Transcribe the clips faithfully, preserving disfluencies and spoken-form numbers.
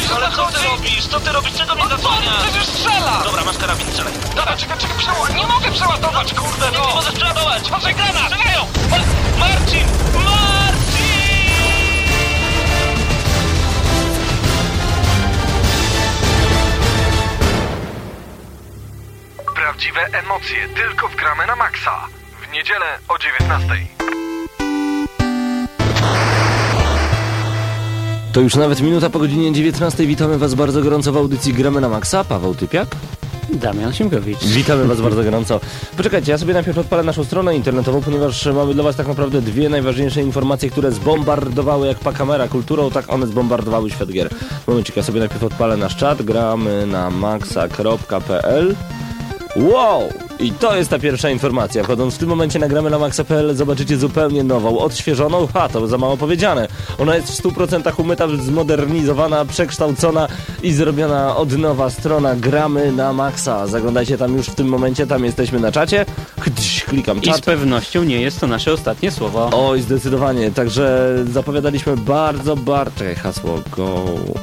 Ale co ty robisz? Co ty robisz? Czego mnie zasłaniasz? Przecież strzela! Dobra, masz karabin, strzelaj. Dobra, czekaj, czekaj, przeładować. Nie mogę przeładować, kurde, Nie, no! nie możesz przeładować! Patrzaj, granat! Strzelają! Ma- Marcin! Marcin! Prawdziwe emocje tylko w Gramy na Maxa. W niedzielę o dziewiętnastej. To już nawet minuta po godzinie dziewiętnastej. Witamy Was bardzo gorąco w audycji Gramy na Maxa. Paweł Typiak. Damian Siemkowicz. Witamy Was bardzo gorąco. Poczekajcie, ja sobie najpierw odpalę naszą stronę internetową, ponieważ mamy dla Was tak naprawdę dwie najważniejsze informacje, które zbombardowały jak pakamera kulturą, tak one zbombardowały świat gier. Momencik, ja sobie najpierw odpalę nasz czat, gramy na maxa kropka p l. Wow! I to jest ta pierwsza informacja. Wchodząc w tym momencie na gramy na maxa kropka p l zobaczycie zupełnie nową, odświeżoną, ha, to za mało powiedziane. Ona jest w stu procentach umyta, zmodernizowana, przekształcona i zrobiona od nowa strona Gramy na Maxa. Zaglądajcie tam już w tym momencie, tam jesteśmy na czacie. Klikam czat. I z pewnością nie jest to nasze ostatnie słowo. Oj, zdecydowanie. Także zapowiadaliśmy bardzo, bardzo... Czekaj, hasło go...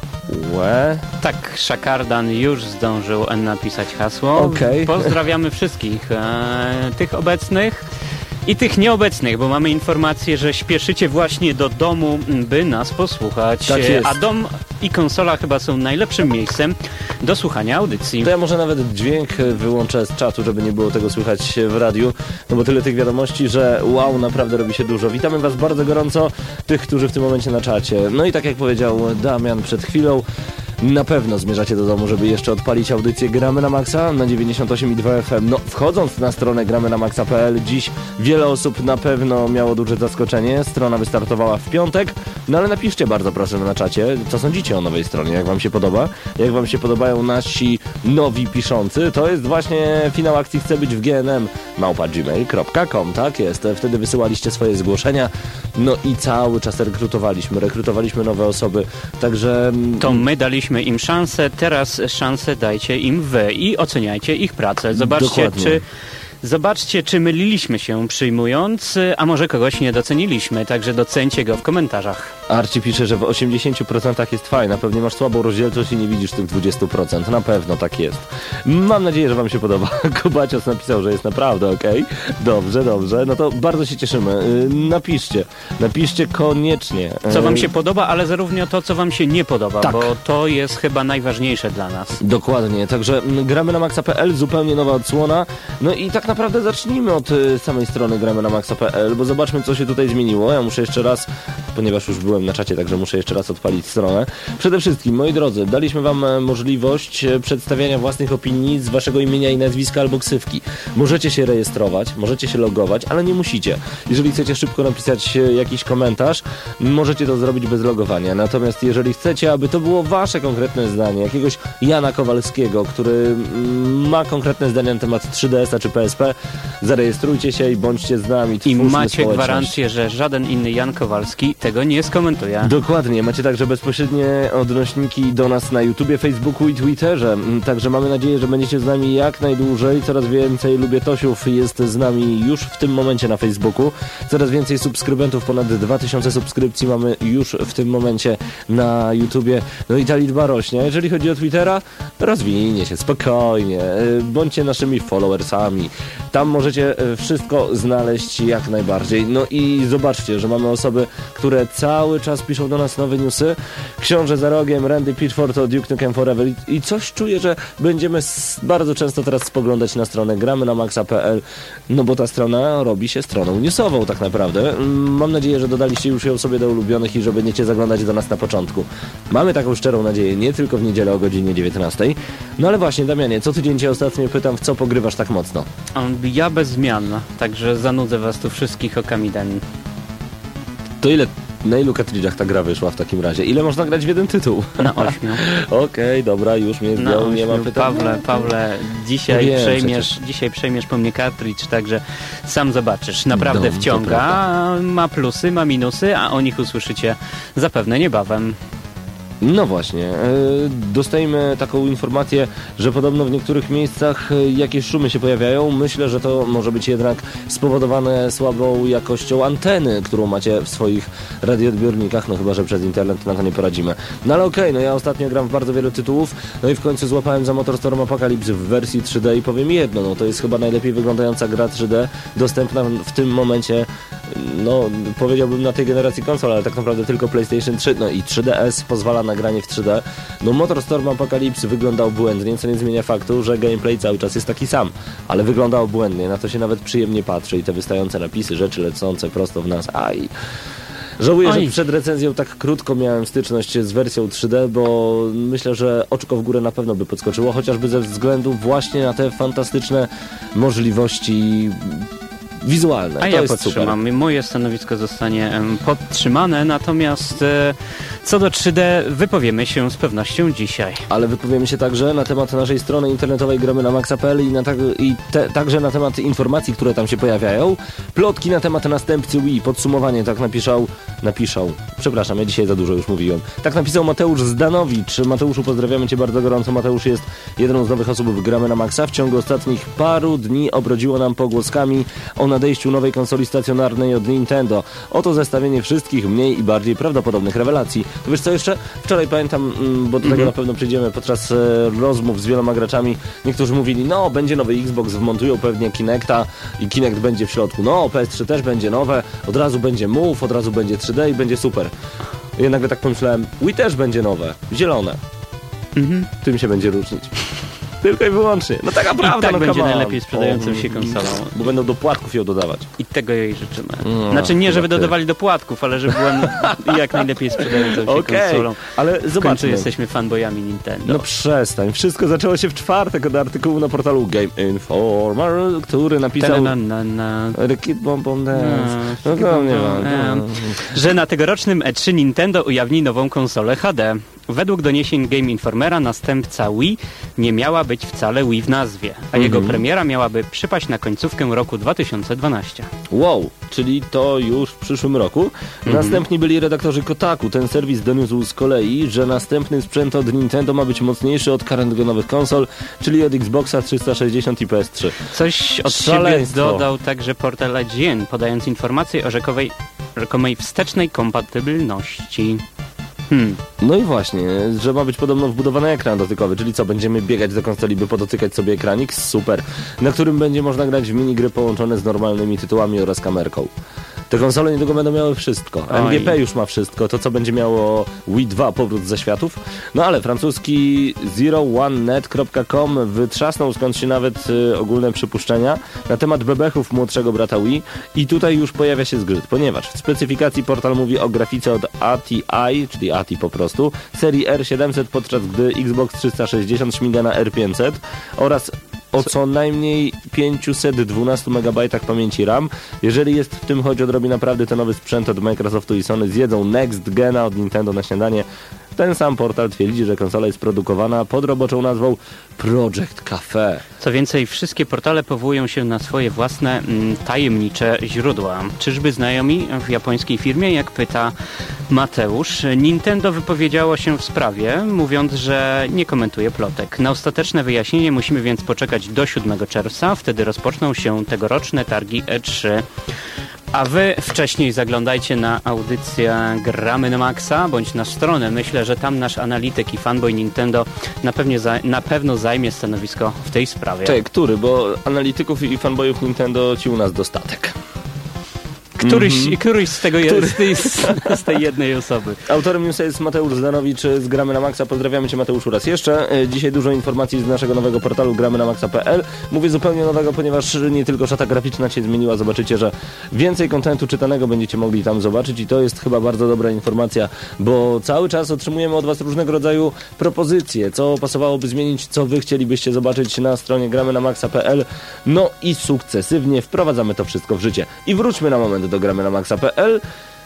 Łe. Tak, Szakardan już zdążył napisać hasło. Okej. Pozdrawiamy wszystkich e, tych obecnych i tych nieobecnych, bo mamy informację, że śpieszycie właśnie do domu, by nas posłuchać. Tak jest. A dom i konsola chyba są najlepszym miejscem do słuchania audycji. To ja może nawet dźwięk wyłączę z czatu, żeby nie było tego słychać w radiu, no bo tyle tych wiadomości, że wow, naprawdę robi się dużo. Witamy Was bardzo gorąco, tych, którzy w tym momencie na czacie. No i tak jak powiedział Damian przed chwilą, na pewno zmierzacie do domu, żeby jeszcze odpalić audycję Gramy na Maxa na dziewięćdziesiąt osiem i dwa F M. No, wchodząc na stronę gramy na maxa kropka p l, dziś wiele osób na pewno miało duże zaskoczenie. Strona wystartowała w piątek, no ale napiszcie bardzo proszę na czacie, co sądzicie o nowej stronie, jak Wam się podoba, jak Wam się podobają nasi nowi piszący. To jest właśnie finał akcji Chcę być w G N M małpa gmail kropka com, tak jest. Wtedy wysyłaliście swoje zgłoszenia, no i cały czas rekrutowaliśmy, rekrutowaliśmy nowe osoby, także... To my daliśmy im szansę, teraz szansę dajcie im wy i oceniajcie ich pracę. Zobaczcie, Dokładnie. czy Zobaczcie, czy myliliśmy się przyjmując, a może kogoś nie doceniliśmy, także docencie go w komentarzach. Arci pisze, że w osiemdziesięciu procentach jest fajna, pewnie masz słabą rozdzielczość i nie widzisz tych dwudziestu procent. Na pewno tak jest. Mam nadzieję, że Wam się podoba. Kubacios napisał, że jest naprawdę okej. Okay. Dobrze, dobrze. No to bardzo się cieszymy. Napiszcie. Napiszcie koniecznie. Co Wam się podoba, ale zarówno to, co Wam się nie podoba, tak. Bo to jest chyba najważniejsze dla nas. Dokładnie. Także gramy na maxa kropka p l, zupełnie nowa odsłona. No i tak naprawdę zacznijmy od samej strony gramy na maxa kropka p l, bo zobaczmy, co się tutaj zmieniło. Ja muszę jeszcze raz, ponieważ już byłem na czacie, także muszę jeszcze raz odpalić stronę. Przede wszystkim, moi drodzy, daliśmy Wam możliwość przedstawiania własnych opinii z Waszego imienia i nazwiska albo ksywki. Możecie się rejestrować, możecie się logować, ale nie musicie. Jeżeli chcecie szybko napisać jakiś komentarz, możecie to zrobić bez logowania. Natomiast jeżeli chcecie, aby to było Wasze konkretne zdanie, jakiegoś Jana Kowalskiego, który ma konkretne zdania na temat trzy D S a czy P S P, zarejestrujcie się i bądźcie z nami. I macie gwarancję, że żaden inny Jan Kowalski tego nie skomentuje. Dokładnie. Macie także bezpośrednie odnośniki do nas na YouTubie, Facebooku i Twitterze. Także mamy nadzieję, że będziecie z nami jak najdłużej. Coraz więcej lubietosiów jest z nami już w tym momencie na Facebooku. Coraz więcej subskrybentów, ponad dwa tysiące subskrypcji mamy już w tym momencie na YouTubie. No i ta liczba rośnie. Jeżeli chodzi o Twittera, rozwinie się spokojnie. Bądźcie naszymi followersami. Tam możecie wszystko znaleźć jak najbardziej. No i zobaczcie, że mamy osoby, które cały czas piszą do nas nowe newsy. Książę za rogiem, Randy Pitchford o Duke Nukem Forever i coś czuję, że będziemy bardzo często teraz spoglądać na stronę gramy na maxa kropka p l, no bo ta strona robi się stroną newsową tak naprawdę. Mam nadzieję, że dodaliście już ją sobie do ulubionych i że będziecie zaglądać do nas na początku. Mamy taką szczerą nadzieję, nie tylko w niedzielę o godzinie dziewiętnastej. No ale właśnie, Damianie, co tydzień Cię ostatnio pytam, w co pogrywasz tak mocno? Ja bez zmian, także zanudzę Was tu wszystkich okamidami. To ile, na ilu kartridżach ta gra wyszła w takim razie? Ile można grać w jeden tytuł? Na ośmiu. Okej, okay, dobra, już mnie zdjął, nie ma pytań. Pawle, Pawle, dzisiaj, Wiem, przejmiesz, dzisiaj przejmiesz po mnie kartridż, także sam zobaczysz. Naprawdę Dom, wciąga, ma plusy, ma minusy, a o nich usłyszycie zapewne niebawem. No właśnie, e, dostajemy taką informację, że podobno w niektórych miejscach e, jakieś szumy się pojawiają. Myślę, że to może być jednak spowodowane słabą jakością anteny, którą macie w swoich radioodbiornikach, no chyba że przez internet na to nie poradzimy. No ale okej, okay, no ja ostatnio gram w bardzo wielu tytułów, no i w końcu złapałem za MotorStorm Apocalypse w wersji trzy D i powiem jedno, no to jest chyba najlepiej wyglądająca gra trzy D, dostępna w tym momencie, no powiedziałbym na tej generacji konsol, ale tak naprawdę tylko PlayStation trzy, no i trzy D S pozwala na granie w trzy D. No MotorStorm Apocalypse wyglądał błędnie, co nie zmienia faktu, że gameplay cały czas jest taki sam, ale wyglądał błędnie, na to się nawet przyjemnie patrzy i te wystające napisy, rzeczy lecące prosto w nas, aj... Żałuję, Oj. że przed recenzją tak krótko miałem styczność z wersją trzy D, bo myślę, że oczko w górę na pewno by podskoczyło, chociażby ze względu właśnie na te fantastyczne możliwości wizualne. A to ja jest podtrzymam. super. Moje stanowisko zostanie um, podtrzymane, natomiast e, co do trzy D wypowiemy się z pewnością dzisiaj. Ale wypowiemy się także na temat naszej strony internetowej gramy na maxa kropka p l i, na ta, i te, także na temat informacji, które tam się pojawiają. Plotki na temat następcy Wii. Podsumowanie, tak napisał, napisał. Przepraszam, ja dzisiaj za dużo już mówiłem. Tak napisał Mateusz Zdanowicz. Mateuszu, pozdrawiamy Cię bardzo gorąco. Mateusz jest jedną z nowych osób w Gramy na Maxa. W ciągu ostatnich paru dni obrodziło nam pogłoskami o nadejściu nowej konsoli stacjonarnej od Nintendo. Oto zestawienie wszystkich mniej i bardziej prawdopodobnych rewelacji. To wiesz co jeszcze? Wczoraj pamiętam, bo do tego mm-hmm. na pewno przyjdziemy podczas e, rozmów z wieloma graczami. Niektórzy mówili, no będzie nowy Xbox, wmontują pewnie Kinecta i Kinect będzie w środku. No, P S trzy też będzie nowe, od razu będzie Move, od razu będzie trzy D i będzie super. I nagle tak pomyślałem, Wii też będzie nowe, zielone. Mm-hmm. Tym się będzie różnić. Tylko i wyłącznie. No taka prawda, I tak no będzie on. najlepiej sprzedającą się konsolą. Bo będą do płatków ją dodawać. I tego jej życzymy. No, znaczy nie, żeby ty. dodawali do płatków, ale żeby była jak najlepiej sprzedającą się okay, konsolą. Ale zobaczmy. W końcu jesteśmy fanboyami Nintendo. No przestań. Wszystko zaczęło się w czwartek od artykułu na portalu Game Informer, który napisał... Na, na, na. Rykit Bom Bom Dance. No, no, nie ma. No. Że na tegorocznym E trzy Nintendo ujawni nową konsolę H D. Według doniesień Game Informera następca Wii nie miała być wcale Wii w nazwie, a jego mm-hmm. premiera miałaby przypaść na końcówkę roku dwa tysiące dwunastego. Wow, czyli to już w przyszłym roku. Mm-hmm. Następni byli redaktorzy Kotaku. Ten serwis doniósł z kolei, że następny sprzęt od Nintendo ma być mocniejszy od rentgenowych konsol, czyli od Xboxa trzysta sześćdziesiąt i P S trzy. Coś od Szaleństwo. siebie dodał także portal I G N, podając informację o rzekowej, rzekomej wstecznej kompatybilności. Hmm. No i właśnie, że ma być podobno wbudowany ekran dotykowy, czyli co, będziemy biegać do konsoli, by podotykać sobie ekranik? Super. Na którym będzie można grać w minigry połączone z normalnymi tytułami oraz kamerką. Te konsole niedługo będą miały wszystko. N G P już ma wszystko. To, co będzie miało Wii dwa, powrót ze światów. No ale francuski zero one net kropka com wytrzasnął skąd się nawet y, ogólne przypuszczenia na temat bebechów młodszego brata Wii. I tutaj już pojawia się zgrzyt, ponieważ w specyfikacji portal mówi o grafice od A T I, czyli A T I po prostu, serii R siedemset, podczas gdy Xbox trzysta sześćdziesiąt śmiga na R pięćset oraz o co najmniej pięćset dwanaście megabajtów pamięci RAM. Jeżeli jest w tym choć odrobi naprawdę ten nowy sprzęt od Microsoftu i Sony, zjedzą Next Gena od Nintendo na śniadanie. Ten sam portal twierdzi, że konsola jest produkowana pod roboczą nazwą Project Cafe. Co więcej, wszystkie portale powołują się na swoje własne mm, tajemnicze źródła. Czyżby znajomi w japońskiej firmie, jak pyta Mateusz? Nintendo wypowiedziało się w sprawie, mówiąc, że nie komentuje plotek. Na ostateczne wyjaśnienie musimy więc poczekać do siódmego czerwca, wtedy rozpoczną się tegoroczne targi E trzy. A wy wcześniej zaglądajcie na audycję Gramy na Maxa, bądź na stronę. Myślę, że tam nasz analityk i fanboy Nintendo na, pewnie za, na pewno zajmie stanowisko w tej sprawie. Czekaj, który? Bo analityków i fanboyów Nintendo ci u nas dostatek. Któryś, mm-hmm. któryś z tego Który? z, tej, z tej jednej osoby. Autorem newsa jest Mateusz Zdanowicz z Gramy na Maxa. Pozdrawiamy Cię, Mateuszu, raz jeszcze. Dzisiaj dużo informacji z naszego nowego portalu gramy na maxa kropka p l. Mówię zupełnie nowego, ponieważ nie tylko szata graficzna się zmieniła. Zobaczycie, że więcej kontentu czytanego będziecie mogli tam zobaczyć i to jest chyba bardzo dobra informacja, bo cały czas otrzymujemy od Was różnego rodzaju propozycje, co pasowałoby zmienić, co Wy chcielibyście zobaczyć na stronie gramy na maxa kropka p l. No i sukcesywnie wprowadzamy to wszystko w życie. I wróćmy na moment do gramy na maxa kropka p l.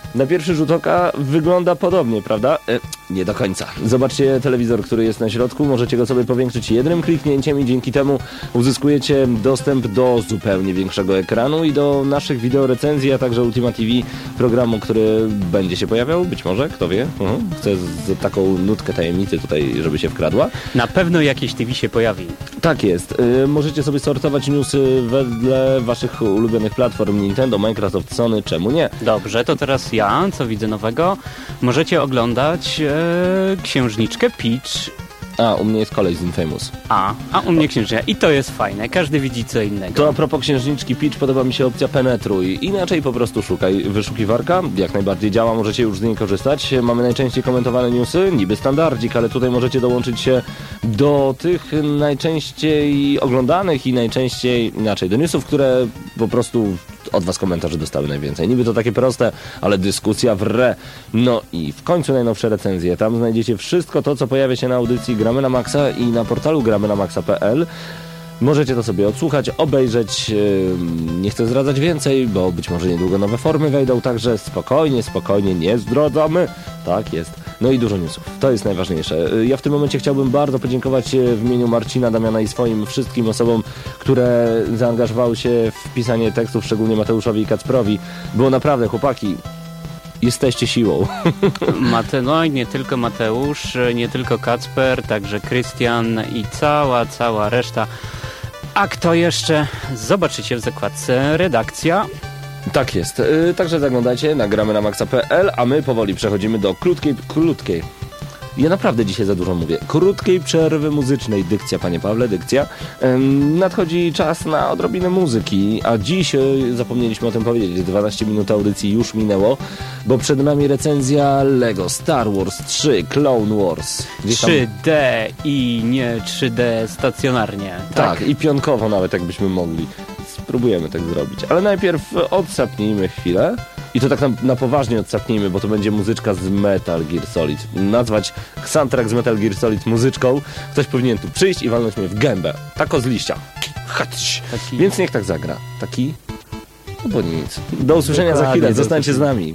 Na pierwszy rzut oka wygląda podobnie, prawda? E, nie do końca. Zobaczcie telewizor, który jest na środku. Możecie go sobie powiększyć jednym kliknięciem i dzięki temu uzyskujecie dostęp do zupełnie większego ekranu i do naszych wideorecenzji, a także Ultima T V, programu, który będzie się pojawiał, być może, kto wie. Mhm. Chcę z, z taką nutkę tajemnicy tutaj, żeby się wkradła. Na pewno jakieś T V się pojawi. Tak jest. Y, możecie sobie sortować newsy wedle waszych ulubionych platform Nintendo, Microsoft, Sony, czemu nie? Dobrze, to teraz ja, co widzę nowego, możecie oglądać e, księżniczkę Peach. A, u mnie jest kolej z Infamous. A, a u mnie księżniczka. I to jest fajne, każdy widzi co innego. To a propos księżniczki Peach, podoba mi się opcja penetruj. Inaczej po prostu szukaj. Wyszukiwarka jak najbardziej działa, możecie już z niej korzystać. Mamy najczęściej komentowane newsy, niby standardzik, ale tutaj możecie dołączyć się do tych najczęściej oglądanych i najczęściej, inaczej, do newsów, które po prostu od was komentarzy dostały najwięcej. Niby to takie proste, ale dyskusja w re. No i w końcu najnowsze recenzje. Tam znajdziecie wszystko to, co pojawia się na audycji Gramy na Maxa i na portalu gramy na maxa kropka p l. Możecie to sobie odsłuchać, obejrzeć. Nie chcę zdradzać więcej, bo być może niedługo nowe formy wejdą, także spokojnie, spokojnie, nie zdradzamy. Tak jest. No i dużo newsów. To jest najważniejsze. Ja w tym momencie chciałbym bardzo podziękować w imieniu Marcina, Damiana i swoim wszystkim osobom, które zaangażowały się w pisanie tekstów, szczególnie Mateuszowi i Kacprowi. Było naprawdę, chłopaki, jesteście siłą. Mate, no i nie tylko Mateusz, nie tylko Kacper, także Krystian i cała, cała reszta. A kto jeszcze? Zobaczycie w zakładce redakcja. Tak jest. Yy, także zaglądajcie na gramy na maxa kropka p l, a my powoli przechodzimy do krótkiej, krótkiej. Ja naprawdę dzisiaj za dużo mówię. Krótkiej przerwy muzycznej. Dykcja, panie Pawle, dykcja. Ym, nadchodzi czas na odrobinę muzyki, a dziś yy, zapomnieliśmy o tym powiedzieć. dwanaście minut audycji już minęło, bo przed nami recenzja Lego Star Wars trzy Clone Wars. Gdzieś tam... trzy D i nie trzy D stacjonarnie. Tak, i pionkowo nawet jakbyśmy mogli. Spróbujemy tak zrobić. Ale najpierw odsapnijmy chwilę. I to tak na, na poważnie odsapnijmy, bo to będzie muzyczka z Metal Gear Solid. Nazwać soundtrack z Metal Gear Solid muzyczką, ktoś powinien tu przyjść i walnąć mnie w gębę. Tako z liścia. Hać. Taki... Więc niech tak zagra. Taki? No bo nic. Do usłyszenia za chwilę. Zostańcie z nami.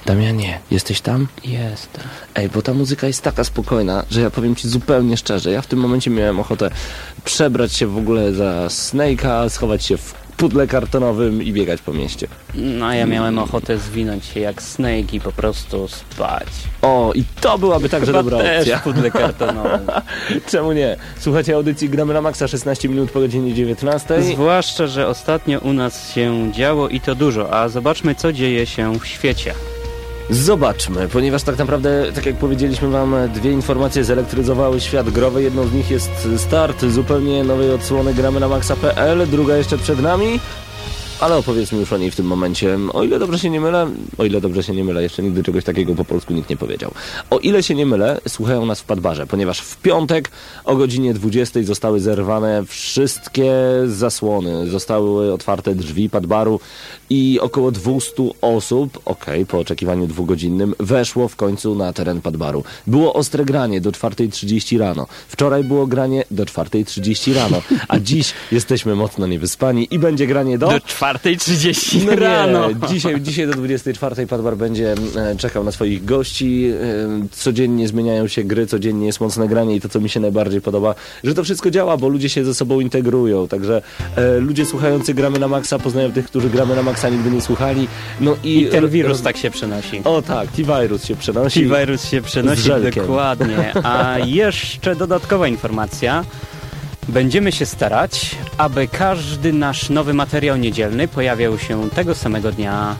Damianie, jesteś tam? Jestem. Ej, bo ta muzyka jest taka spokojna, że ja powiem ci zupełnie szczerze, ja w tym momencie miałem ochotę przebrać się w ogóle za Snake'a, schować się w pudle kartonowym i biegać po mieście. No a ja miałem ochotę zwinąć się jak Snake i po prostu spać. O, i to byłaby także Chyba dobra też opcja. pudle kartonowe. Czemu nie? Słuchajcie audycji Gramy na Maxa, szesnaście minut po godzinie dziewiętnastej. Zwłaszcza, że ostatnio u nas się działo i to dużo, a zobaczmy, co dzieje się w świecie. Zobaczmy, ponieważ tak naprawdę, tak jak powiedzieliśmy wam, dwie informacje zelektryzowały świat growy. Jedną z nich jest start zupełnie nowej odsłony gramy na maxa kropka p l, druga jeszcze przed nami, ale opowiedzmy już o niej w tym momencie. O ile dobrze się nie mylę, o ile dobrze się nie mylę, jeszcze nigdy czegoś takiego po polsku nikt nie powiedział. O ile się nie mylę, słuchają nas w Padbarze, ponieważ w piątek o godzinie dwudziestej zostały zerwane wszystkie zasłony, zostały otwarte drzwi Padbaru i około dwieście osób, okej, okay, po oczekiwaniu dwugodzinnym, weszło w końcu na teren Padbaru. Było ostre granie do czwartej trzydzieści rano. Wczoraj było granie do czwartej trzydzieści rano, a dziś jesteśmy mocno niewyspani i będzie granie do... Do czwartej trzydzieści No rano. nie, dzisiaj, dzisiaj do dwudziestej czwartej Padbar będzie e, czekał na swoich gości. E, codziennie zmieniają się gry, codziennie jest mocne granie i to, co mi się najbardziej podoba, że to wszystko działa, bo ludzie się ze sobą integrują. Także e, ludzie słuchający Gramy na Maxa poznają tych, którzy Gramy na Maxa nigdy nie słuchali. No i, I ten wirus roz... tak się przenosi. O tak, T-wirus się przenosi. T-wirus się przenosi, z żelkiem. dokładnie. A jeszcze dodatkowa informacja. Będziemy się starać, aby każdy nasz nowy materiał niedzielny pojawiał się tego samego dnia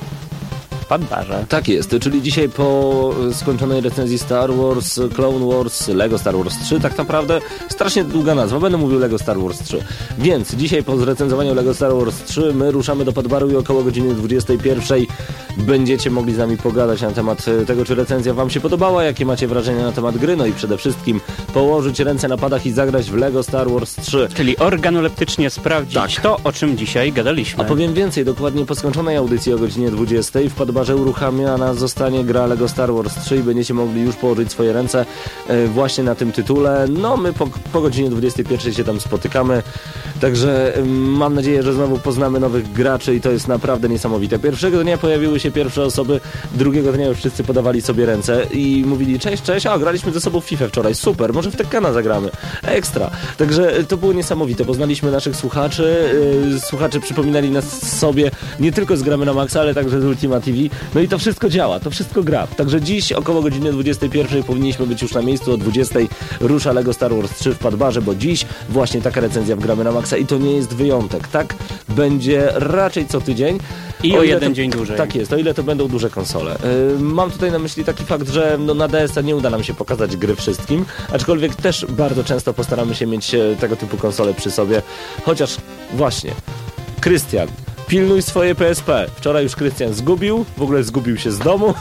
w Padbarze. Tak jest, czyli dzisiaj po skończonej recenzji Star Wars, Clone Wars, Lego Star Wars trzy, tak naprawdę strasznie długa nazwa, będę mówił Lego Star Wars trzy. Więc dzisiaj po zrecenzowaniu Lego Star Wars trzy my ruszamy do Padbaru i około godziny dwudziestej pierwszej będziecie mogli z nami pogadać na temat tego, czy recenzja wam się podobała, jakie macie wrażenia na temat gry, no i przede wszystkim położyć ręce na padach i zagrać w Lego Star Wars trzy. Czyli organoleptycznie sprawdzić Tak. to, o czym dzisiaj gadaliśmy. A powiem więcej, dokładnie po skończonej audycji o godzinie dwudziestej w Padbarze uruchamiana zostanie gra Lego Star Wars trzy i będziecie mogli już położyć swoje ręce e, właśnie na tym tytule. No my po, po godzinie dwudziestej pierwszej się tam spotykamy, także e, mam nadzieję, że znowu poznamy nowych graczy i to jest naprawdę niesamowite. Pierwszego dnia pojawiły się pierwsze osoby, drugiego dnia już wszyscy podawali sobie ręce i mówili cześć, cześć, a graliśmy ze sobą w FIFA wczoraj, super, może w Tekkena zagramy, ekstra. Także e, to było niesamowite, poznaliśmy naszych słuchaczy, e, słuchacze przypominali nas sobie nie tylko z Gramy na Maxa, ale także z Ultima T V. No i to wszystko działa, to wszystko gra. Także dziś około godziny dwudziestej pierwszej powinniśmy być już na miejscu. O dwudziestej rusza Lego Star Wars trzy w Padbarze, bo dziś właśnie taka recenzja w Gramy na Maxa i to nie jest wyjątek. Tak będzie raczej co tydzień. I o jeden to, dzień dłużej. Tak jest, o ile to będą duże konsole. Yy, mam tutaj na myśli taki fakt, że no, na D S A nie uda nam się pokazać gry wszystkim, aczkolwiek też bardzo często postaramy się mieć e, tego typu konsole przy sobie. Chociaż właśnie, Krystian, pilnuj swoje P S P. Wczoraj już Krystian zgubił, w ogóle zgubił się z domu.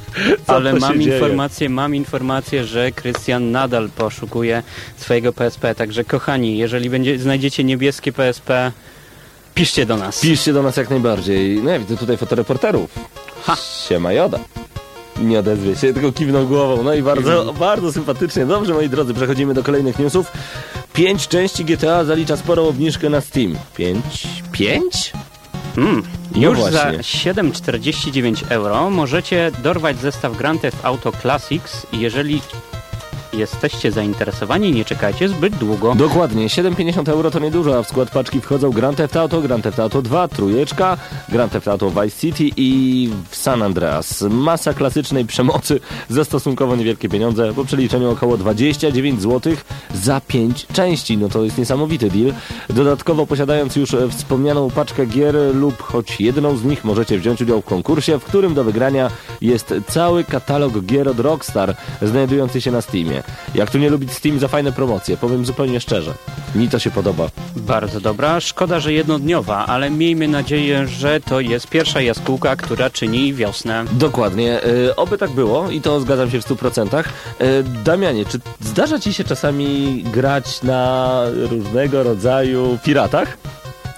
Co Ale to mam się dzieje? informację, mam informację, że Krystian nadal poszukuje swojego P S P. Także kochani, jeżeli będzie, znajdziecie niebieskie P S P, piszcie do nas. Piszcie do nas jak najbardziej. No ja widzę tutaj fotoreporterów. Ha! Siema Joda. Nie odezwie się, tylko kiwnął głową. No i bardzo, bardzo sympatycznie. Dobrze, moi drodzy, przechodzimy do kolejnych newsów. Pięć części G T A zalicza sporą obniżkę na Steam. Pięć? Pięć? Mm. No Już właśnie. za siedem czterdzieści dziewięć euro możecie dorwać zestaw Grand Theft Auto Classics i jeżeli jesteście zainteresowani, nie czekajcie zbyt długo. Dokładnie, siedem pięćdziesiąt euro to niedużo, a w skład paczki wchodzą Grand Theft Auto, Grand Theft Auto dwa, trójeczka, Grand Theft Auto Vice City i San Andreas. Masa klasycznej przemocy za stosunkowo niewielkie pieniądze, po przeliczeniu około dwadzieścia dziewięć złotych za pięć części. No to jest niesamowity deal. Dodatkowo posiadając już wspomnianą paczkę gier lub choć jedną z nich możecie wziąć udział w konkursie, w którym do wygrania jest cały katalog gier od Rockstar znajdujący się na Steamie. Jak tu nie lubić Steam za fajne promocje? Powiem zupełnie szczerze. Mi to się podoba. Bardzo dobra. Szkoda, że jednodniowa, ale miejmy nadzieję, że to jest pierwsza jaskółka, która czyni wiosnę. Dokładnie. Yy, oby tak było i to zgadzam się w stu procentach. Yy, Damianie, czy zdarza ci się czasami grać na różnego rodzaju piratach?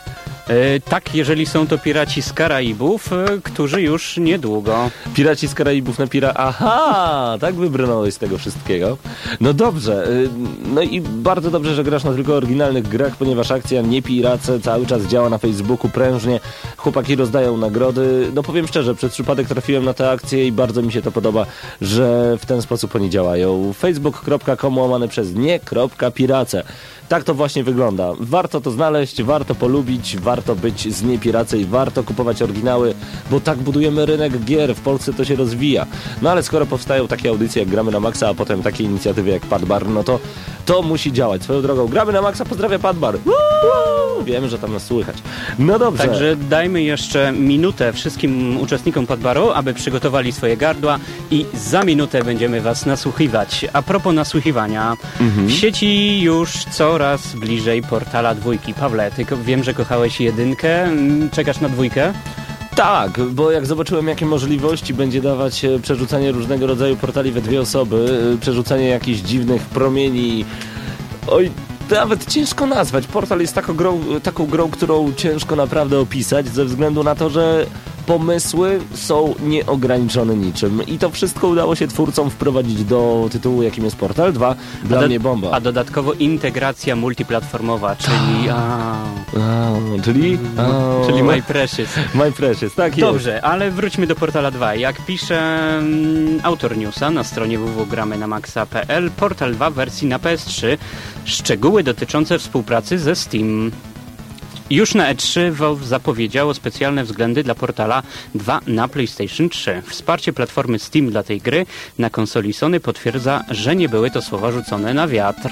E, tak, jeżeli są to piraci z Karaibów, e, którzy już niedługo. Piraci z Karaibów na pira... Aha! Tak wybrnąłeś z tego wszystkiego. No dobrze. y, No i bardzo dobrze, że grasz na tylko oryginalnych grach, ponieważ akcja Nie Pirace cały czas działa na Facebooku prężnie. Chłopaki rozdają nagrody. No powiem szczerze, przez przypadek trafiłem na tę akcję i bardzo mi się to podoba, że w ten sposób oni działają. facebook kropka com łamane przez nie.pirace. Tak to właśnie wygląda. Warto to znaleźć, warto polubić, warto być z Nie Pirace i warto kupować oryginały, bo tak budujemy rynek gier. W Polsce to się rozwija. No ale skoro powstają takie audycje jak Gramy na Maxa, a potem takie inicjatywy jak Padbar, no to to musi działać. Swoją drogą, Gramy na Maxa, pozdrawia Padbar. Wiemy, że tam nas słychać. No dobrze. Także dajmy jeszcze minutę wszystkim uczestnikom Padbaru, aby przygotowali swoje gardła i za minutę będziemy was nasłuchiwać. A propos nasłuchiwania, Mhm. w sieci już coraz bliżej portala dwójki. Pawle, ty ko- wiem, że kochałeś jedynkę, mm, czekasz na dwójkę? Tak, bo jak zobaczyłem, jakie możliwości będzie dawać e, przerzucanie różnego rodzaju portali we dwie osoby, e, przerzucanie jakichś dziwnych promieni, oj, nawet ciężko nazwać. Portal jest taką grą, taką grą, którą ciężko naprawdę opisać, ze względu na to, że pomysły są nieograniczone niczym. I to wszystko udało się twórcom wprowadzić do tytułu, jakim jest Portal dwa. Dla a do, mnie bomba. A dodatkowo integracja multiplatformowa, czyli... A, A, czyli? A, czyli My Precious. My Precious, tak jest. Dobrze, ale wróćmy do Portala dwa. Jak pisze mm, autor newsa na stronie w w w kropka gramy na maxa kropka p l, Portal dwa w wersji na P S trzy, szczegóły dotyczące współpracy ze Steam. Już na E trzy Valve zapowiedziało specjalne względy dla Portala dwa na PlayStation trzy. Wsparcie platformy Steam dla tej gry na konsoli Sony potwierdza, że nie były to słowa rzucone na wiatr.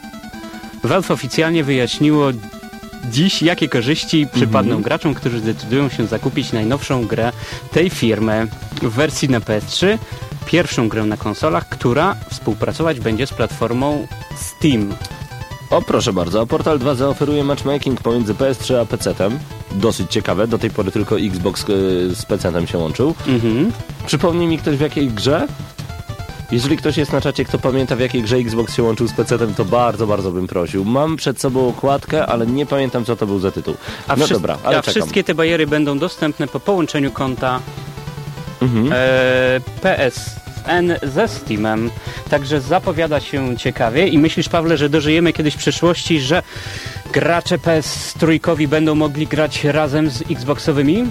Valve oficjalnie wyjaśniło dziś, jakie korzyści przypadną Mhm. graczom, którzy zdecydują się zakupić najnowszą grę tej firmy w wersji na P S trzy. Pierwszą grę na konsolach, która współpracować będzie z platformą Steam. O, proszę bardzo, a Portal dwa zaoferuje matchmaking pomiędzy P S trzy a pecetem. Dosyć ciekawe, do tej pory tylko Xbox y, z pecetem się łączył. Mhm. Przypomnij mi ktoś w jakiej grze? Jeżeli ktoś jest na czacie, kto pamięta w jakiej grze Xbox się łączył z pecetem, to bardzo, bardzo bym prosił. Mam przed sobą okładkę, ale nie pamiętam, co to był za tytuł. A, no wszy- dobra, ale a czekam. wszystkie te bariery będą dostępne po połączeniu konta Mhm. e, P S N ze Steamem. Także zapowiada się ciekawie i myślisz, Pawle, że dożyjemy kiedyś w przyszłości, że gracze P S trzy będą mogli grać razem z Xboxowymi?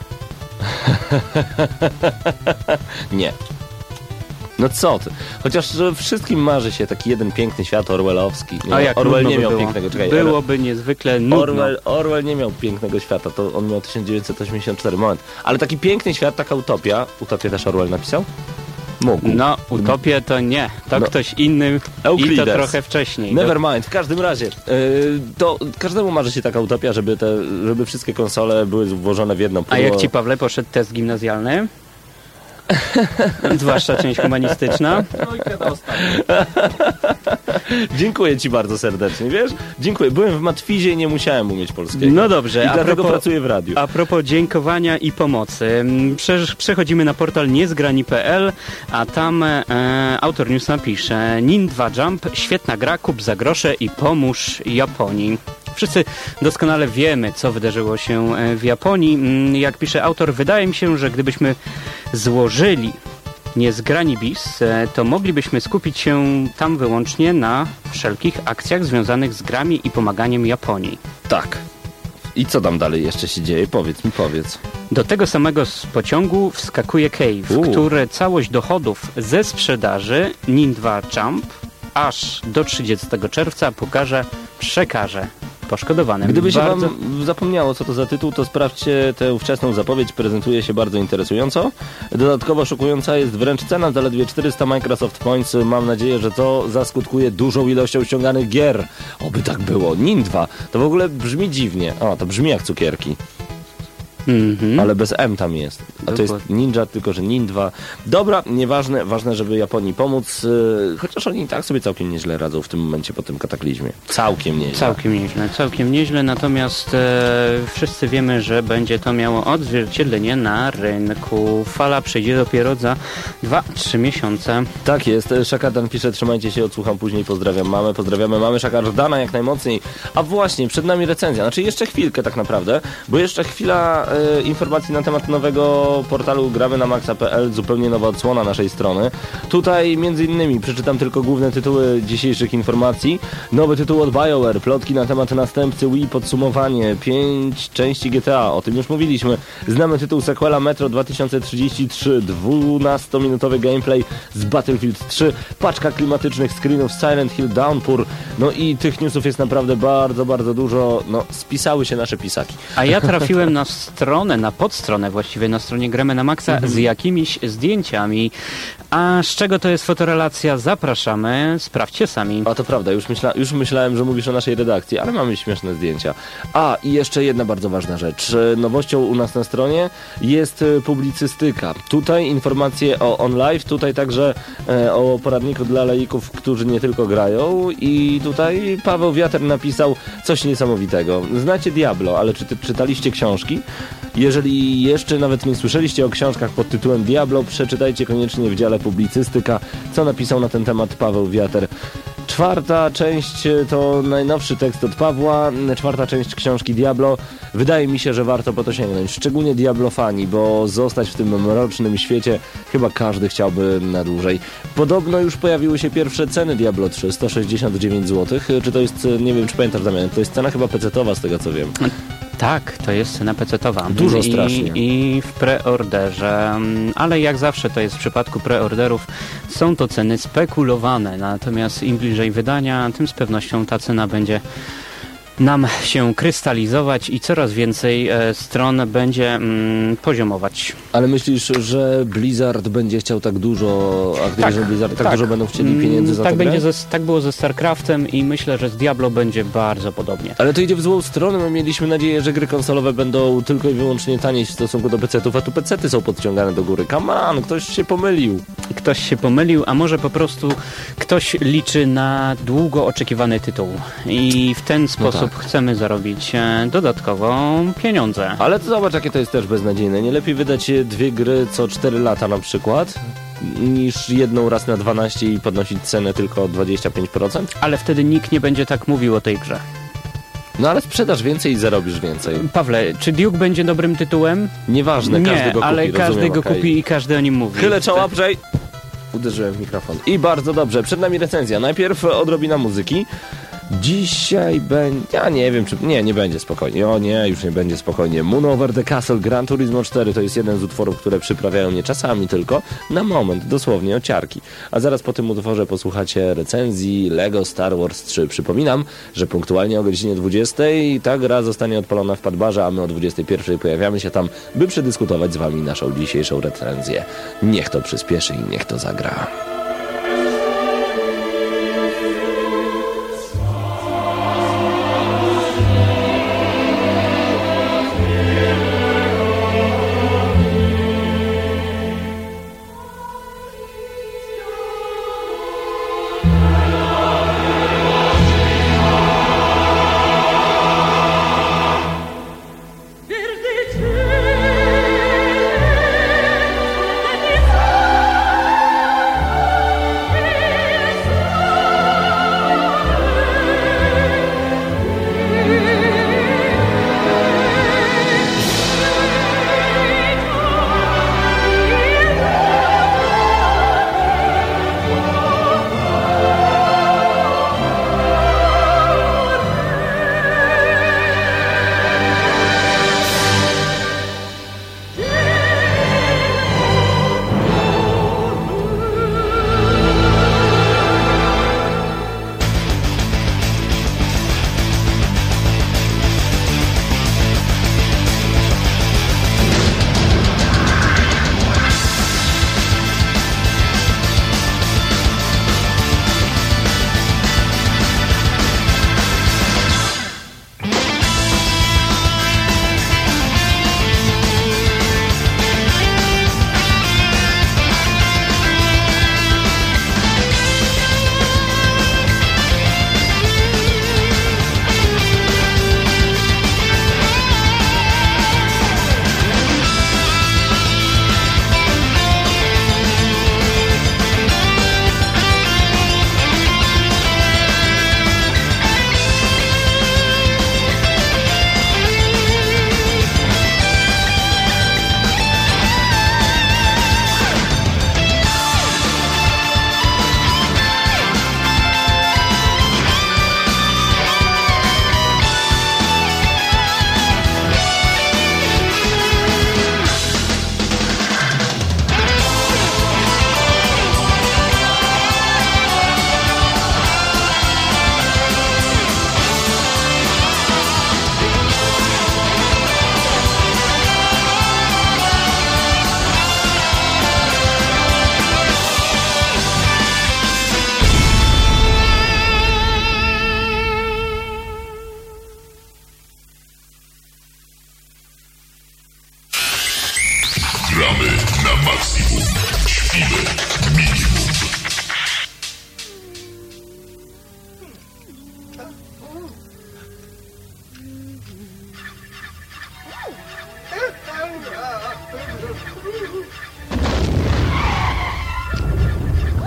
Nie. No co ty? Chociaż że wszystkim marzy się taki jeden piękny świat orwellowski. A jak Orwell nudno nie by miał było. pięknego, czekaj. Byłoby niezwykle nudno. Orwell, Orwell nie miał pięknego świata, to on miał tysiąc dziewięćset osiemdziesiąt cztery, moment. Ale taki piękny świat, taka utopia. Utopię też Orwell napisał? Mógł. No, utopię to nie. To No. ktoś inny i Euclides. to trochę wcześniej. Never mind, w każdym razie, yy, to każdemu marzy się taka utopia, żeby, te, żeby wszystkie konsole były włożone w jedną A pudło. jak ci, Pawle, poszedł test gimnazjalny? Zwłaszcza część humanistyczna. Dziękuję ci bardzo serdecznie, wiesz? Dziękuję. Byłem w matwizie i nie musiałem umieć polskiego. No dobrze, I a dlatego propos- pracuję w radiu. A propos dziękowania i pomocy, Prze- przechodzimy na portal niezgrani kropka p l, a tam e, autor news napisze: Nin dwa Jump, świetna gra, kup za grosze i pomóż Japonii. Wszyscy doskonale wiemy, co wydarzyło się e, w Japonii. Mm, Jak pisze autor, wydaje mi się, że gdybyśmy złożyli niezgrani bis, e, to moglibyśmy skupić się tam wyłącznie na wszelkich akcjach związanych z grami i pomaganiem Japonii. Tak. I co tam dalej jeszcze się dzieje? Powiedz mi, powiedz. Do tego samego z pociągu wskakuje Cave, U. który całość dochodów ze sprzedaży Nin dwa Jump aż do trzydziestego czerwca pokaże, przekaże poszkodowanym. Gdyby się Bardzo... wam zapomniało, co to za tytuł, to sprawdźcie tę wczesną zapowiedź, prezentuje się bardzo interesująco. Dodatkowo szokująca jest wręcz cena, zaledwie czterysta Microsoft Points. Mam nadzieję, że to zaskutkuje dużą ilością ściąganych gier. Oby tak było. Nin dwa, to w ogóle brzmi dziwnie. O, to brzmi jak cukierki. Mhm. ale bez M tam jest. A to jest Dokładnie. Ninja, tylko że Nin dwa. Dobra, nieważne, ważne, żeby Japonii pomóc, yy, chociaż oni i tak sobie całkiem nieźle radzą w tym momencie po tym kataklizmie. Całkiem nieźle. Całkiem nieźle, całkiem nieźle, natomiast e, wszyscy wiemy, że będzie to miało odzwierciedlenie na rynku. Fala przyjdzie dopiero za dwa trzy miesiące. Tak jest, Szakardan pisze, trzymajcie się, odsłucham później, pozdrawiam mamę, pozdrawiamy mamy Szakardana jak najmocniej. A właśnie, przed nami recenzja, znaczy jeszcze chwilkę tak naprawdę, bo jeszcze chwila e, informacji na temat nowego portalu gramy na maxa kropka p l, zupełnie nowa odsłona naszej strony. Tutaj między innymi przeczytam tylko główne tytuły dzisiejszych informacji. Nowy tytuł od BioWare, plotki na temat następcy Wii, podsumowanie, pięć części G T A, o tym już mówiliśmy. Znamy tytuł sequela Metro dwa tysiące trzydzieści trzy, dwunastominutowy gameplay z Battlefield trzy, paczka klimatycznych screenów Silent Hill Downpour, no i tych newsów jest naprawdę bardzo, bardzo dużo, no spisały się nasze pisaki. A ja trafiłem na stronę, na podstronę właściwie, na stronie Gramy na Maxa z jakimiś zdjęciami. A z czego to jest fotorelacja? Zapraszamy, sprawdźcie sami. A to prawda, już, myśla, już myślałem, że mówisz o naszej redakcji, ale mamy śmieszne zdjęcia. A, i jeszcze jedna bardzo ważna rzecz. Nowością u nas na stronie jest publicystyka. Tutaj informacje o OnLive, tutaj także e, o poradniku dla laików, którzy nie tylko grają. I tutaj Paweł Wiater napisał coś niesamowitego. Znacie Diablo, ale czy ty czytaliście książki? Jeżeli jeszcze nawet nie słyszeliście o książkach pod tytułem Diablo, przeczytajcie koniecznie w dziale publicystyka, co napisał na ten temat Paweł Wiater. Czwarta część to najnowszy tekst od Pawła, czwarta część książki Diablo. Wydaje mi się, że warto po to sięgnąć, szczególnie Diablofani, bo zostać w tym mrocznym świecie chyba każdy chciałby na dłużej. Podobno już pojawiły się pierwsze ceny Diablo trzy, sto sześćdziesiąt dziewięć złotych. Czy to jest, nie wiem, czy pamiętasz, Damian, to jest cena chyba pecetowa z tego co wiem. Tak, to jest cena pecetowa. Dużo I, strasznie. I w preorderze, ale jak zawsze to jest w przypadku preorderów, są to ceny spekulowane, natomiast im bliżej wydania, tym z pewnością ta cena będzie nam się krystalizować i coraz więcej e, stron będzie mm, poziomować. Ale myślisz, że Blizzard będzie chciał tak dużo, Activision Tak, Blizzard tak, tak. dużo będą chcieli pieniędzy za tak tę będzie grę? ze, Tak było ze StarCraftem i myślę, że z Diablo będzie bardzo podobnie. Ale to idzie w złą stronę, my mieliśmy nadzieję, że gry konsolowe będą tylko i wyłącznie taniej w stosunku do pecetów, a tu pecety są podciągane do góry. Come on, ktoś się pomylił. Ktoś się pomylił, a może po prostu ktoś liczy na długo oczekiwany tytuł i w ten sposób tak. chcemy zarobić e, dodatkowo pieniądze. Ale to zobacz, jakie to jest też beznadziejne. Nie lepiej wydać dwie gry co cztery lata na przykład, niż jedną raz na dwanaście i podnosić cenę tylko o dwadzieścia pięć procent? Ale wtedy nikt nie będzie tak mówił o tej grze. No ale sprzedasz więcej i zarobisz więcej. Pawle, czy Duke będzie dobrym tytułem? Nieważne, każdy Nie, go kupi, ale każdy rozumiem, go okej. kupi i każdy o nim mówi. Chylę czoła, przej... Uderzyłem w mikrofon. I bardzo dobrze, przed nami recenzja. Najpierw odrobina muzyki. Dzisiaj będzie... Ja nie wiem, czy... Nie, nie będzie spokojnie. O nie, już nie będzie spokojnie. Moon Over the Castle, Gran Turismo cztery to jest jeden z utworów, które przyprawiają mnie czasami tylko na moment, dosłownie o ciarki. A zaraz po tym utworze posłuchacie recenzji Lego Star Wars trzy. Przypominam, że punktualnie o godzinie dwudziestej ta gra zostanie odpalona w Padbarze, a my o dwudziestej pierwszej pojawiamy się tam, by przedyskutować z wami naszą dzisiejszą recenzję. Niech to przyspieszy i niech to zagra.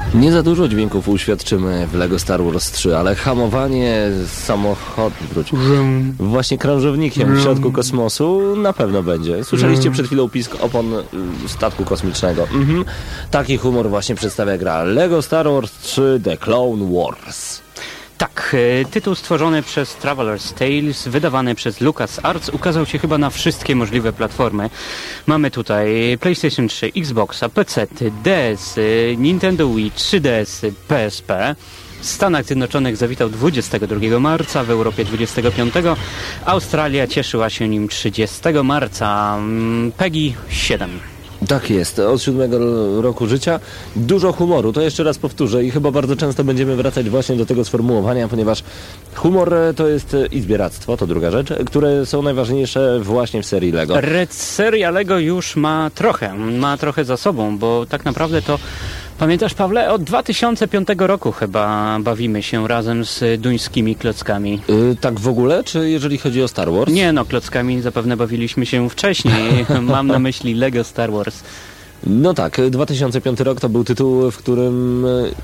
Nie za dużo dźwięków uświadczymy w LEGO Star Wars trzy, ale hamowanie samochodu, wróć, właśnie krążownikiem w środku kosmosu na pewno będzie. Słyszeliście przed chwilą pisk opon y, statku kosmicznego. Mhm. Taki humor właśnie przedstawia gra LEGO Star Wars trzy The Clone Wars. Tak, e, tytuł stworzony przez Traveler's Tales, wydawany przez LucasArts, ukazał się chyba na wszystkie możliwe platformy. Mamy tutaj PlayStation trzy, Xboxa, P C, D S, Nintendo Wii, trzy D S, P S P. W Stanach Zjednoczonych zawitał dwudziestego drugiego marca, w Europie dwudziestego piątego. Australia cieszyła się nim trzydziestego marca. PEGI siedem. Tak jest, od siódmego roku życia. Dużo humoru, to jeszcze raz powtórzę i chyba bardzo często będziemy wracać właśnie do tego sformułowania, ponieważ humor to jest i zbieractwo, to druga rzecz, które są najważniejsze właśnie w serii LEGO. Red seria LEGO już ma trochę, ma trochę za sobą, bo tak naprawdę to, pamiętasz, Pawle, od dwa tysiące piątego roku chyba bawimy się razem z duńskimi klockami. Yy, tak w ogóle, czy jeżeli chodzi o Star Wars? Nie no, klockami zapewne bawiliśmy się wcześniej. Mam na myśli LEGO Star Wars. No tak, dwa tysiące piąty rok to był tytuł, w którym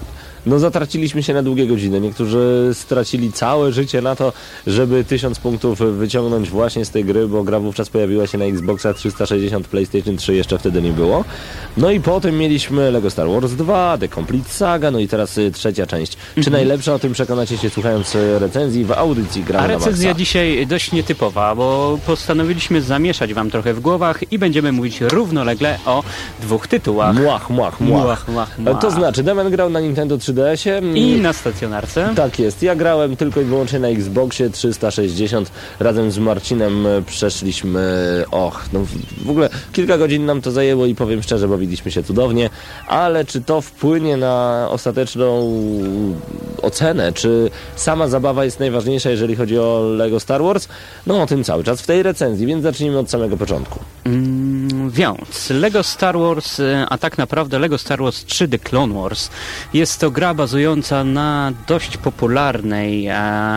no zatraciliśmy się na długie godziny. Niektórzy stracili całe życie na to, żeby tysiąc punktów wyciągnąć właśnie z tej gry, bo gra wówczas pojawiła się na Xboxa trzysta sześćdziesiąt, PlayStation trzy jeszcze wtedy nie było. No i potem mieliśmy LEGO Star Wars dwa, The Complete Saga, no i teraz y, trzecia część. Czy Mhm. najlepsza? O tym przekonacie się słuchając y, recenzji w audycji Gramy A na recenzja Maxa. dzisiaj dość nietypowa, bo postanowiliśmy zamieszać wam trochę w głowach i będziemy mówić równolegle o dwóch tytułach. Młach, młach, młach. Muach, muach, muach. To znaczy, Damian grał na Nintendo trzy D S ie. I na stacjonarce. Tak jest. Ja grałem tylko i wyłącznie na Xboxie trzysta sześćdziesiąt. Razem z Marcinem przeszliśmy, och, no w ogóle kilka godzin nam to zajęło i powiem szczerze, bawiliśmy się cudownie, ale czy to wpłynie na ostateczną ocenę, czy sama zabawa jest najważniejsza, jeżeli chodzi o LEGO Star Wars? No o tym cały czas w tej recenzji, więc zacznijmy od samego początku. Mm, więc LEGO Star Wars, a tak naprawdę LEGO Star Wars trzy The Clone Wars, jest to gra bazująca na dość popularnej e,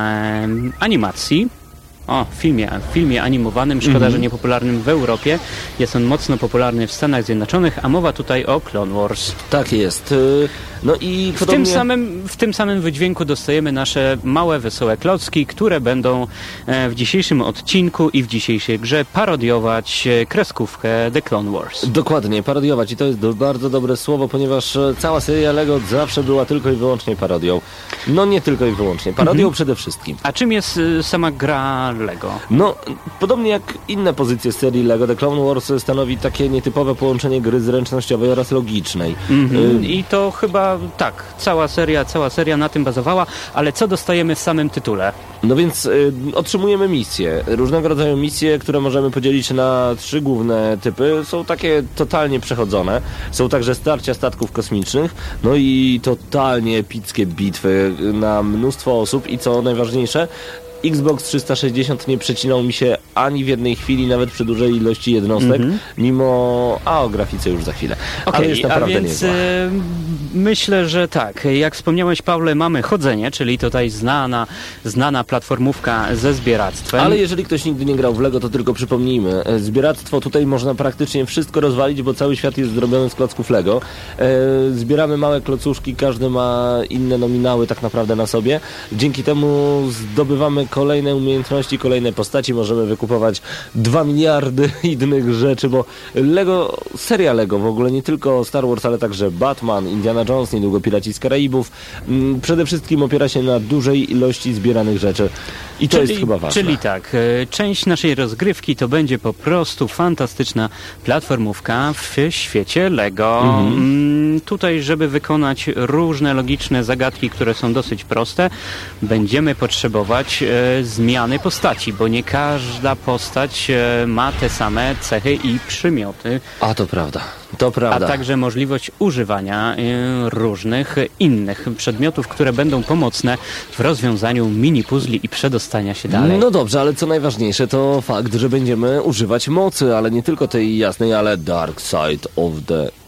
animacji. O, filmie, filmie animowanym, szkoda, Mhm. że niepopularnym w Europie. Jest on mocno popularny w Stanach Zjednoczonych, a mowa tutaj o Clone Wars. Tak jest. Y, No i W podobnie... tym, samym, w tym samym wydźwięku dostajemy nasze małe, wesołe klocki, które będą e, w dzisiejszym odcinku i w dzisiejszej grze parodiować e, kreskówkę The Clone Wars. Dokładnie, parodiować i to jest do, bardzo dobre słowo, ponieważ e, cała seria LEGO zawsze była tylko i wyłącznie parodią. No nie tylko i wyłącznie, parodią Mhm. przede wszystkim. A czym jest e, sama gra LEGO? No, podobnie jak inne pozycje z serii LEGO, The Clone Wars stanowi takie nietypowe połączenie gry zręcznościowej oraz logicznej. Mhm. Y, I to chyba tak, cała seria, cała seria na tym bazowała, ale co dostajemy w samym tytule? No więc y, otrzymujemy misje, różnego rodzaju misje, które możemy podzielić na trzy główne typy. Są takie totalnie przechodzone. Są także starcia statków kosmicznych, no i totalnie epickie bitwy na mnóstwo osób i co najważniejsze, Xbox trzysta sześćdziesiąt nie przecinał mi się ani w jednej chwili, nawet przy dużej ilości jednostek, Mhm. mimo... A o grafice już za chwilę. Ale Okej, jest a naprawdę więc niezła. e, myślę, że tak. Jak wspomniałeś, Pawle, mamy chodzenie, czyli tutaj znana, znana platformówka ze zbieractwem. Ale jeżeli ktoś nigdy nie grał w LEGO, to tylko przypomnijmy. e, Zbieractwo tutaj można praktycznie wszystko rozwalić, bo cały świat jest zrobiony z klocków LEGO. E, zbieramy małe klocuszki, każdy ma inne nominały tak naprawdę na sobie. Dzięki temu zdobywamy kolejne umiejętności, kolejne postaci. Możemy wykupować dwa miliardy innych rzeczy, bo LEGO, seria LEGO w ogóle, nie tylko Star Wars, ale także Batman, Indiana Jones, niedługo Piraci z Karaibów, m, przede wszystkim opiera się na dużej ilości zbieranych rzeczy. I to czyli, jest chyba ważne. Czyli tak, e, część naszej rozgrywki to będzie po prostu fantastyczna platformówka w świecie LEGO. Mhm. Mm, tutaj, żeby wykonać różne logiczne zagadki, które są dosyć proste, będziemy potrzebować e, zmiany postaci, bo nie każda postać e, ma te same cechy i przymioty, A to prawda, to prawda. a także możliwość używania e, różnych innych przedmiotów, które będą pomocne w rozwiązaniu mini-puzli i przedostania się dalej. No dobrze, ale co najważniejsze to fakt, że będziemy używać mocy, ale nie tylko tej jasnej, ale dark side of the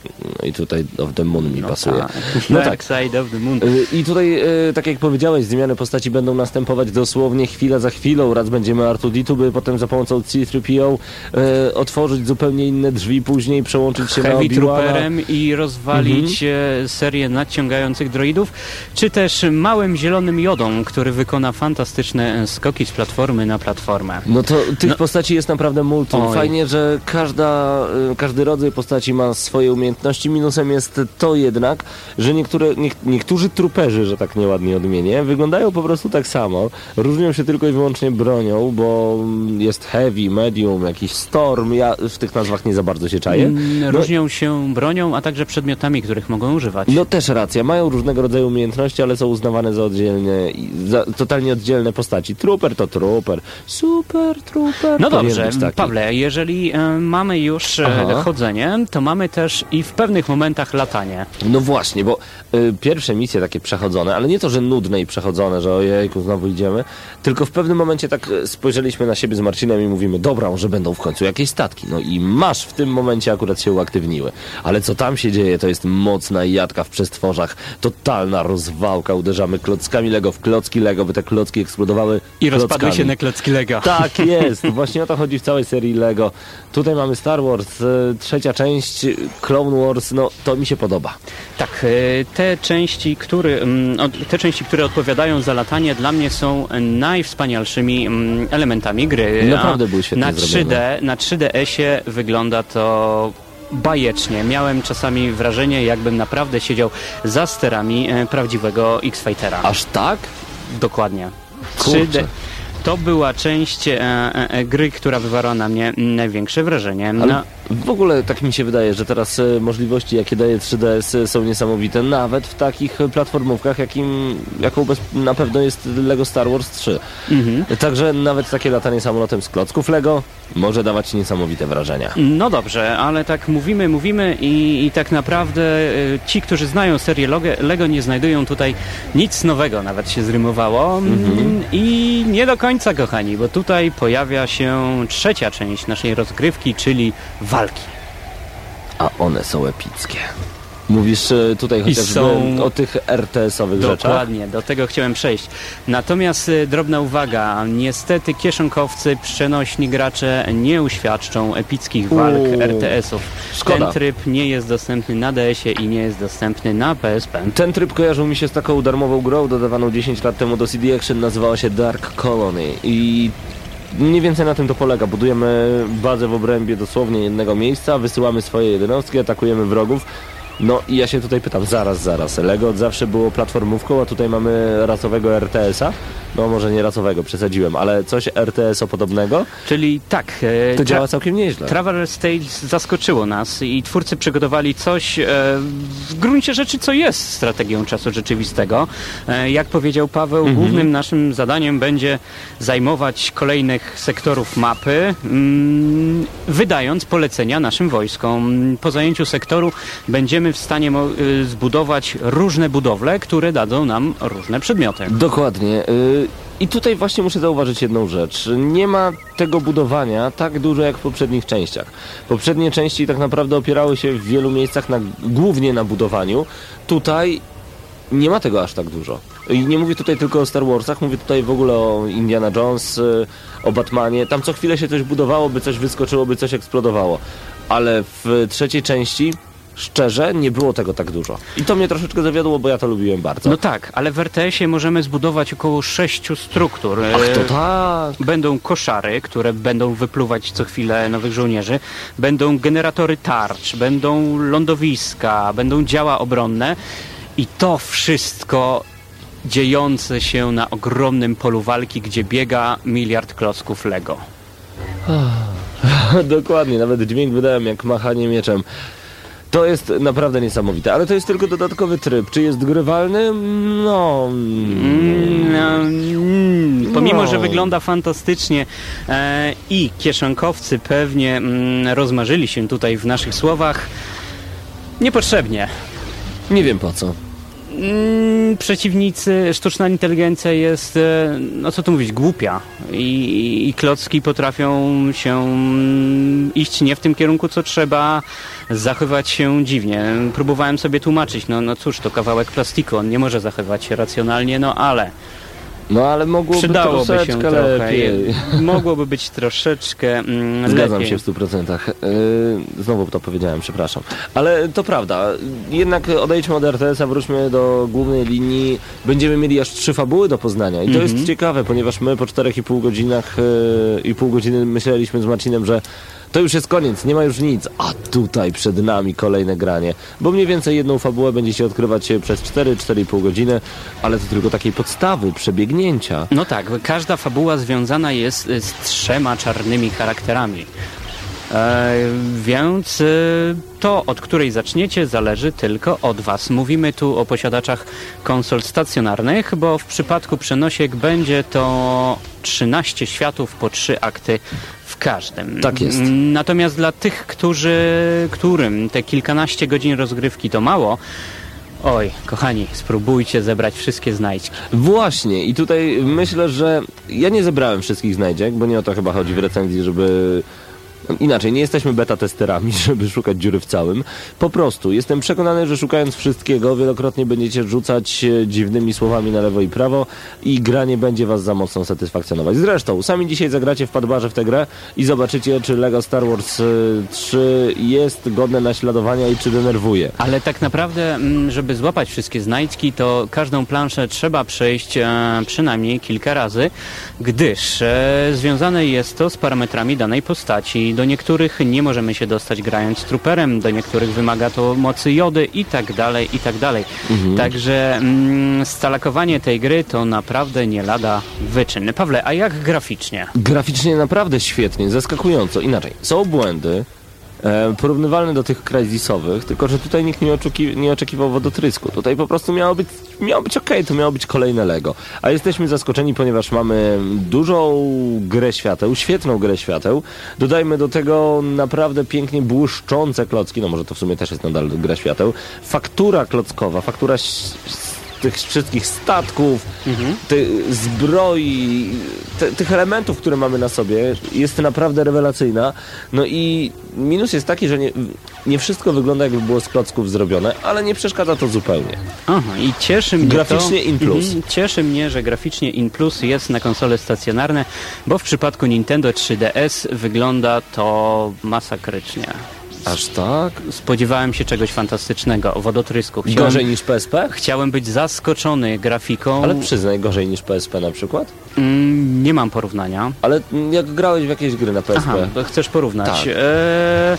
No i tutaj of the Moon mi No pasuje. tak. No Dark tak. Side of the Moon. Y, I tutaj, y, tak jak powiedziałeś, zmiany postaci będą następować dosłownie chwila za chwilą. Raz będziemy R dwa D two, by potem za pomocą C trzy P O y, otworzyć zupełnie inne drzwi, później przełączyć się na Heavy Obi-Wana. Trooperem i rozwalić e, serię nadciągających droidów, czy też małym zielonym Jodą, który wykona fantastyczne skoki z platformy na platformę. No to tych No. postaci jest naprawdę multum. Oj. Fajnie, że każda, y, każdy rodzaj postaci ma swoje umiejętności. Minusem jest to jednak, że niektóre, nie, niektórzy truperzy, że tak nieładnie odmienię, wyglądają po prostu tak samo. Różnią się tylko i wyłącznie bronią, bo jest heavy, medium, jakiś storm. Ja w tych nazwach nie za bardzo się czaję. Mm, Różnią się bronią, a także przedmiotami, których mogą używać. No też racja, mają różnego rodzaju umiejętności, ale są uznawane za oddzielne, i za totalnie oddzielne postaci. Trooper to trooper, super trooper. No powinien dobrze, być taki. Pawle, jeżeli e, mamy już e, Aha. chodzenie, to mamy też i w pewnych momentach latanie. No właśnie, bo y, pierwsze misje takie przechodzone, ale nie to, że nudne i przechodzone, że ojejku, znowu idziemy, tylko w pewnym momencie tak y, spojrzeliśmy na siebie z Marcinem i mówimy, dobra, może będą w końcu jakieś statki. No i masz, w tym momencie akurat się uaktywniły. Ale co tam się dzieje, to jest mocna jadka w przestworzach, totalna rozwałka, uderzamy klockami Lego w klocki Lego, by te klocki eksplodowały I rozpadły klockami. się na klocki Lego. Tak jest, właśnie o to chodzi w całej serii Lego. Tutaj mamy Star Wars, y, trzecia część, y, Clone Wars, no to mi się podoba. Tak, e, te części, które, mm, od- te części, które odpowiadają za latanie, dla mnie są najwspanialszymi mm, elementami gry. Naprawdę A były świetnie na zrobione. trzy D, na trzy D S-ie wygląda to bajecznie. Miałem czasami wrażenie, jakbym naprawdę siedział za sterami e, prawdziwego X-Fightera. Aż tak? Dokładnie. Kurczę. trzy D. To była część e, e, gry, która wywarła na mnie największe wrażenie. Ale Na, w ogóle tak mi się wydaje, że teraz e, możliwości, jakie daje trzy D S e, są niesamowite, nawet w takich e, platformówkach, jakim, jaką bez, na pewno jest Lego Star Wars trzy. mhm. Także nawet takie latanie samolotem z klocków Lego może dawać niesamowite wrażenia. No dobrze, ale tak mówimy, mówimy i, i tak naprawdę y, ci, którzy znają serię Lego, Lego nie znajdują tutaj nic nowego, nawet się zrymowało. Mm, I nie do końca, kochani, bo tutaj pojawia się trzecia część naszej rozgrywki, czyli walki. A one są epickie. Mówisz e, tutaj chociażby są- o tych R T S-owych rzeczach? Dokładnie, do tego chciałem przejść. Natomiast y, drobna uwaga, niestety kieszonkowcy, przenośni gracze nie uświadczą epickich walk Uuu, R T S-ów. szkoda. Ten tryb nie jest dostępny na D S-ie i nie jest dostępny na P S P. Ten tryb kojarzył mi się z taką darmową grą dodawaną dziesięć lat temu do C D Action, nazywała się Dark Colony i mniej więcej na tym to polega. Budujemy bazę w obrębie dosłownie jednego miejsca, wysyłamy swoje jednostki, atakujemy wrogów. No i ja się tutaj pytam, zaraz, zaraz, Lego od zawsze było platformówką, a tutaj mamy racowego R T S-a. No może nie racowego, przesadziłem, ale coś R T S-o podobnego, Czyli tak, e, to tra- działa całkiem nieźle. Traveler's Tales zaskoczyło nas i twórcy przygotowali coś e, w gruncie rzeczy, co jest strategią czasu rzeczywistego. E, jak powiedział Paweł, Mhm. głównym naszym zadaniem będzie zajmować kolejnych sektorów mapy, mm, wydając polecenia naszym wojskom. Po zajęciu sektoru będziemy w stanie mo- y, zbudować różne budowle, które dadzą nam różne przedmioty. Dokładnie. y, I tutaj właśnie muszę zauważyć jedną rzecz. Nie ma tego budowania tak dużo jak w poprzednich częściach. Poprzednie części tak naprawdę opierały się w wielu miejscach na, głównie na budowaniu. Tutaj nie ma tego aż tak dużo. I nie mówię tutaj tylko o Star Warsach, mówię tutaj w ogóle o Indiana Jones, y, o Batmanie. Tam co chwilę się coś budowało, by coś wyskoczyło, by coś eksplodowało. Ale w trzeciej części, szczerze, nie było tego tak dużo. I to mnie troszeczkę zawiodło, bo ja to lubiłem bardzo. No tak, ale w R T S-ie możemy zbudować około sześciu struktur. Ach, E, to tak. Będą koszary, które będą wypluwać co chwilę nowych żołnierzy, będą generatory tarcz, będą lądowiska, będą działa obronne i to wszystko dziejące się na ogromnym polu walki, gdzie biega miliard klocków Lego. Dokładnie, nawet dźwięk wydałem jak machanie mieczem. To jest naprawdę niesamowite, ale to jest tylko dodatkowy tryb. Czy jest grywalny? No... Mm, no, mm, pomimo, No. że wygląda fantastycznie e, i kieszonkowcy pewnie mm, rozmarzyli się tutaj w naszych słowach, niepotrzebnie. Nie wiem po co. Mm, przeciwnicy, sztuczna inteligencja jest, e, no co tu mówić, głupia i, i klocki potrafią się mm, iść nie w tym kierunku, co trzeba, zachowywać się dziwnie. Próbowałem sobie tłumaczyć, no, no cóż, to kawałek plastiku, on nie może zachowywać się racjonalnie, no ale No ale mogłoby przydałoby troszeczkę się trochę, lepiej. mogłoby być troszeczkę mm, Zgadzam lepiej. się w stu procentach. Yy, znowu to powiedziałem, przepraszam. Ale to prawda. Jednak odejdźmy od R T S a, wróćmy do głównej linii. Będziemy mieli aż trzy fabuły do poznania. I to Mhm. jest ciekawe, ponieważ my po czterech i pół godzinach yy, i pół godziny myśleliśmy z Marcinem, że to już jest koniec, nie ma już nic. A tutaj przed nami kolejne granie. Bo mniej więcej jedną fabułę będzie się odkrywać przez cztery do czterech i pół godziny, ale to tylko takiej podstawy, przebiegnięcia. No tak, każda fabuła związana jest z trzema czarnymi charakterami. E, więc e, to, od której zaczniecie, zależy tylko od Was. Mówimy tu o posiadaczach konsol stacjonarnych, bo w przypadku przenosiek będzie to trzynaście światów po trzy akty w każdym. Tak jest. Natomiast dla tych, którzy, którym te kilkanaście godzin rozgrywki to mało, oj, kochani, spróbujcie zebrać wszystkie znajdźki. Właśnie i tutaj myślę, że ja nie zebrałem wszystkich znajdziek, bo nie o to chyba chodzi w recenzji, żeby... Inaczej, nie jesteśmy beta-testerami, żeby szukać dziury w całym. Po prostu jestem przekonany, że szukając wszystkiego wielokrotnie będziecie rzucać dziwnymi słowami na lewo i prawo i gra nie będzie was za mocno satysfakcjonować. Zresztą, sami dzisiaj zagracie w Padbarze w tę grę i zobaczycie, czy Lego Star Wars trzy jest godne naśladowania i czy denerwuje. Ale tak naprawdę, mm, żeby złapać wszystkie znajdźki, to każdą planszę trzeba przejść e, przynajmniej kilka razy, gdyż e, związane jest to z parametrami danej postaci. Do niektórych nie możemy się dostać grając trooperem, do niektórych wymaga to mocy jody i tak dalej, i tak dalej. Mhm. Także mm, stalakowanie tej gry to naprawdę nie lada wyczyn. Pawle, a jak graficznie? Graficznie naprawdę świetnie, zaskakująco. Inaczej, są błędy e, porównywalne do tych Crysisowych, tylko że tutaj nikt nie, oczuki, nie oczekiwał wodotrysku. Tutaj po prostu miało być, miało być okej, to miało być kolejne Lego. A jesteśmy zaskoczeni, ponieważ mamy dużą grę świateł, świetną grę świateł. Dodajmy do tego naprawdę pięknie błyszczące klocki, no może to w sumie też jest nadal gra świateł. Faktura klockowa, faktura ś- tych wszystkich statków, Mhm. tych zbroi, te, tych elementów, które mamy na sobie, jest naprawdę rewelacyjna. No i minus jest taki, że nie, nie wszystko wygląda, jakby było z klocków zrobione, ale nie przeszkadza to zupełnie. Aha, i cieszy mnie Graficznie to, in plus. Mhm, cieszy mnie, że graficznie in plus jest na konsole stacjonarne, bo w przypadku Nintendo trzy D S wygląda to masakrycznie. Aż tak? Spodziewałem się czegoś fantastycznego, wodotrysku. Chciałem, Gorzej niż P S P? chciałem być zaskoczony grafiką. Ale przyznaj, gorzej niż P S P na przykład? Mm, nie mam porównania. Ale jak grałeś w jakieś gry na P S P? Aha, bo chcesz porównać. Tak. Eee,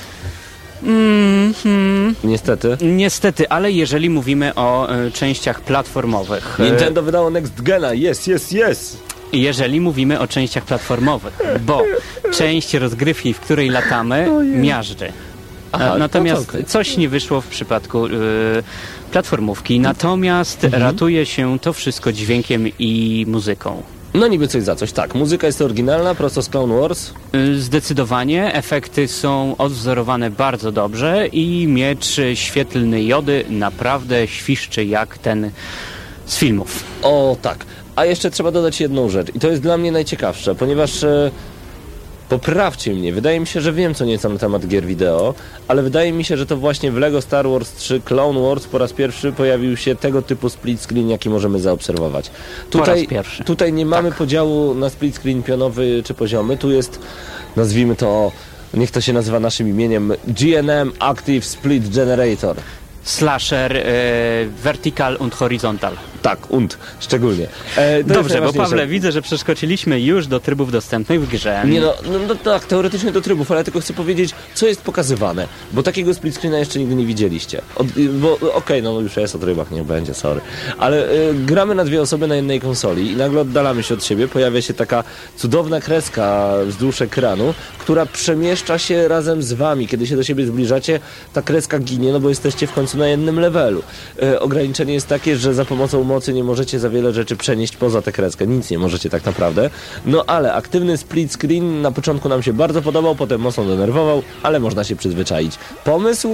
mm, hmm, Niestety. niestety, ale jeżeli mówimy o e, częściach platformowych. e, Nintendo wydało Next Gena, yes, yes, yes! Jeżeli mówimy o częściach platformowych, bo część rozgrywki, w której latamy, miażdży. Aha, E, Natomiast to okej. coś nie wyszło w przypadku y, platformówki. Natomiast ratuje się to wszystko dźwiękiem i muzyką. No niby coś za coś, tak. Muzyka jest oryginalna, prosto z Clone Wars. Y, Zdecydowanie efekty są odwzorowane bardzo dobrze i miecz świetlny Jody naprawdę świszczy jak ten z filmów. O tak. A jeszcze trzeba dodać jedną rzecz i to jest dla mnie najciekawsze, ponieważ e, poprawcie mnie, wydaje mi się, że wiem co nieco na temat gier wideo, ale wydaje mi się, że to właśnie w Lego Star Wars trzy Clone Wars po raz pierwszy pojawił się tego typu split screen, jaki możemy zaobserwować. Tutaj, raz pierwszy. tutaj nie mamy podziału na split screen pionowy czy poziomy, tu jest, nazwijmy to, niech to się nazywa naszym imieniem, G N M Active Split Generator. Slasher, y, vertical und horizontal. Tak, und, szczególnie. E, to Dobrze, jest bo najważniejsze. Pawle, widzę, że przeskoczyliśmy już do trybów dostępnych w grze. Nie no, no, no tak, teoretycznie do trybów, ale ja tylko chcę powiedzieć, co jest pokazywane, bo takiego split screena jeszcze nigdy nie widzieliście. Od, bo okej, okay, no już jest o trybach, nie będzie, sorry. Ale y, gramy na dwie osoby na jednej konsoli i nagle oddalamy się od siebie, pojawia się taka cudowna kreska wzdłuż ekranu, która przemieszcza się razem z wami. Kiedy się do siebie zbliżacie, ta kreska ginie, no bo jesteście w końcu na jednym levelu. Y, ograniczenie jest takie, że za pomocą mocy nie możecie za wiele rzeczy przenieść poza tę kreskę. Nic nie możecie tak naprawdę. No ale aktywny split screen na początku nam się bardzo podobał, potem mocno denerwował, ale można się przyzwyczaić. Pomysł?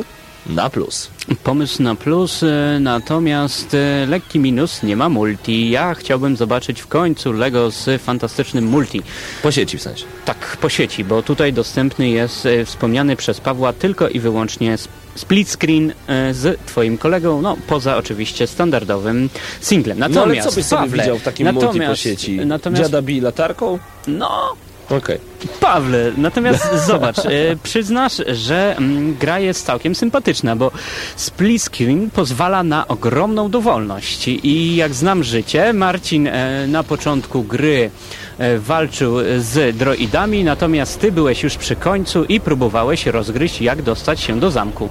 na plus. Pomysł na plus, e, natomiast e, lekki minus, nie ma multi. Ja chciałbym zobaczyć w końcu Lego z fantastycznym multi. Po sieci w sensie. Tak, po sieci, bo tutaj dostępny jest e, wspomniany przez Pawła tylko i wyłącznie sp- split screen e, z twoim kolegą, no poza oczywiście standardowym singlem. No Natomiast, ale co byś sobie Pawle, widział w takim multi po natomiast- sieci? Natomiast, Dziada bij latarką? no... Okej. Pawle, natomiast zobacz, e, przyznasz, że mm, gra jest całkiem sympatyczna, bo split screen pozwala na ogromną dowolność i jak znam życie, Marcin e, na początku gry e, walczył z droidami, natomiast ty byłeś już przy końcu i próbowałeś rozgryźć, jak dostać się do zamku.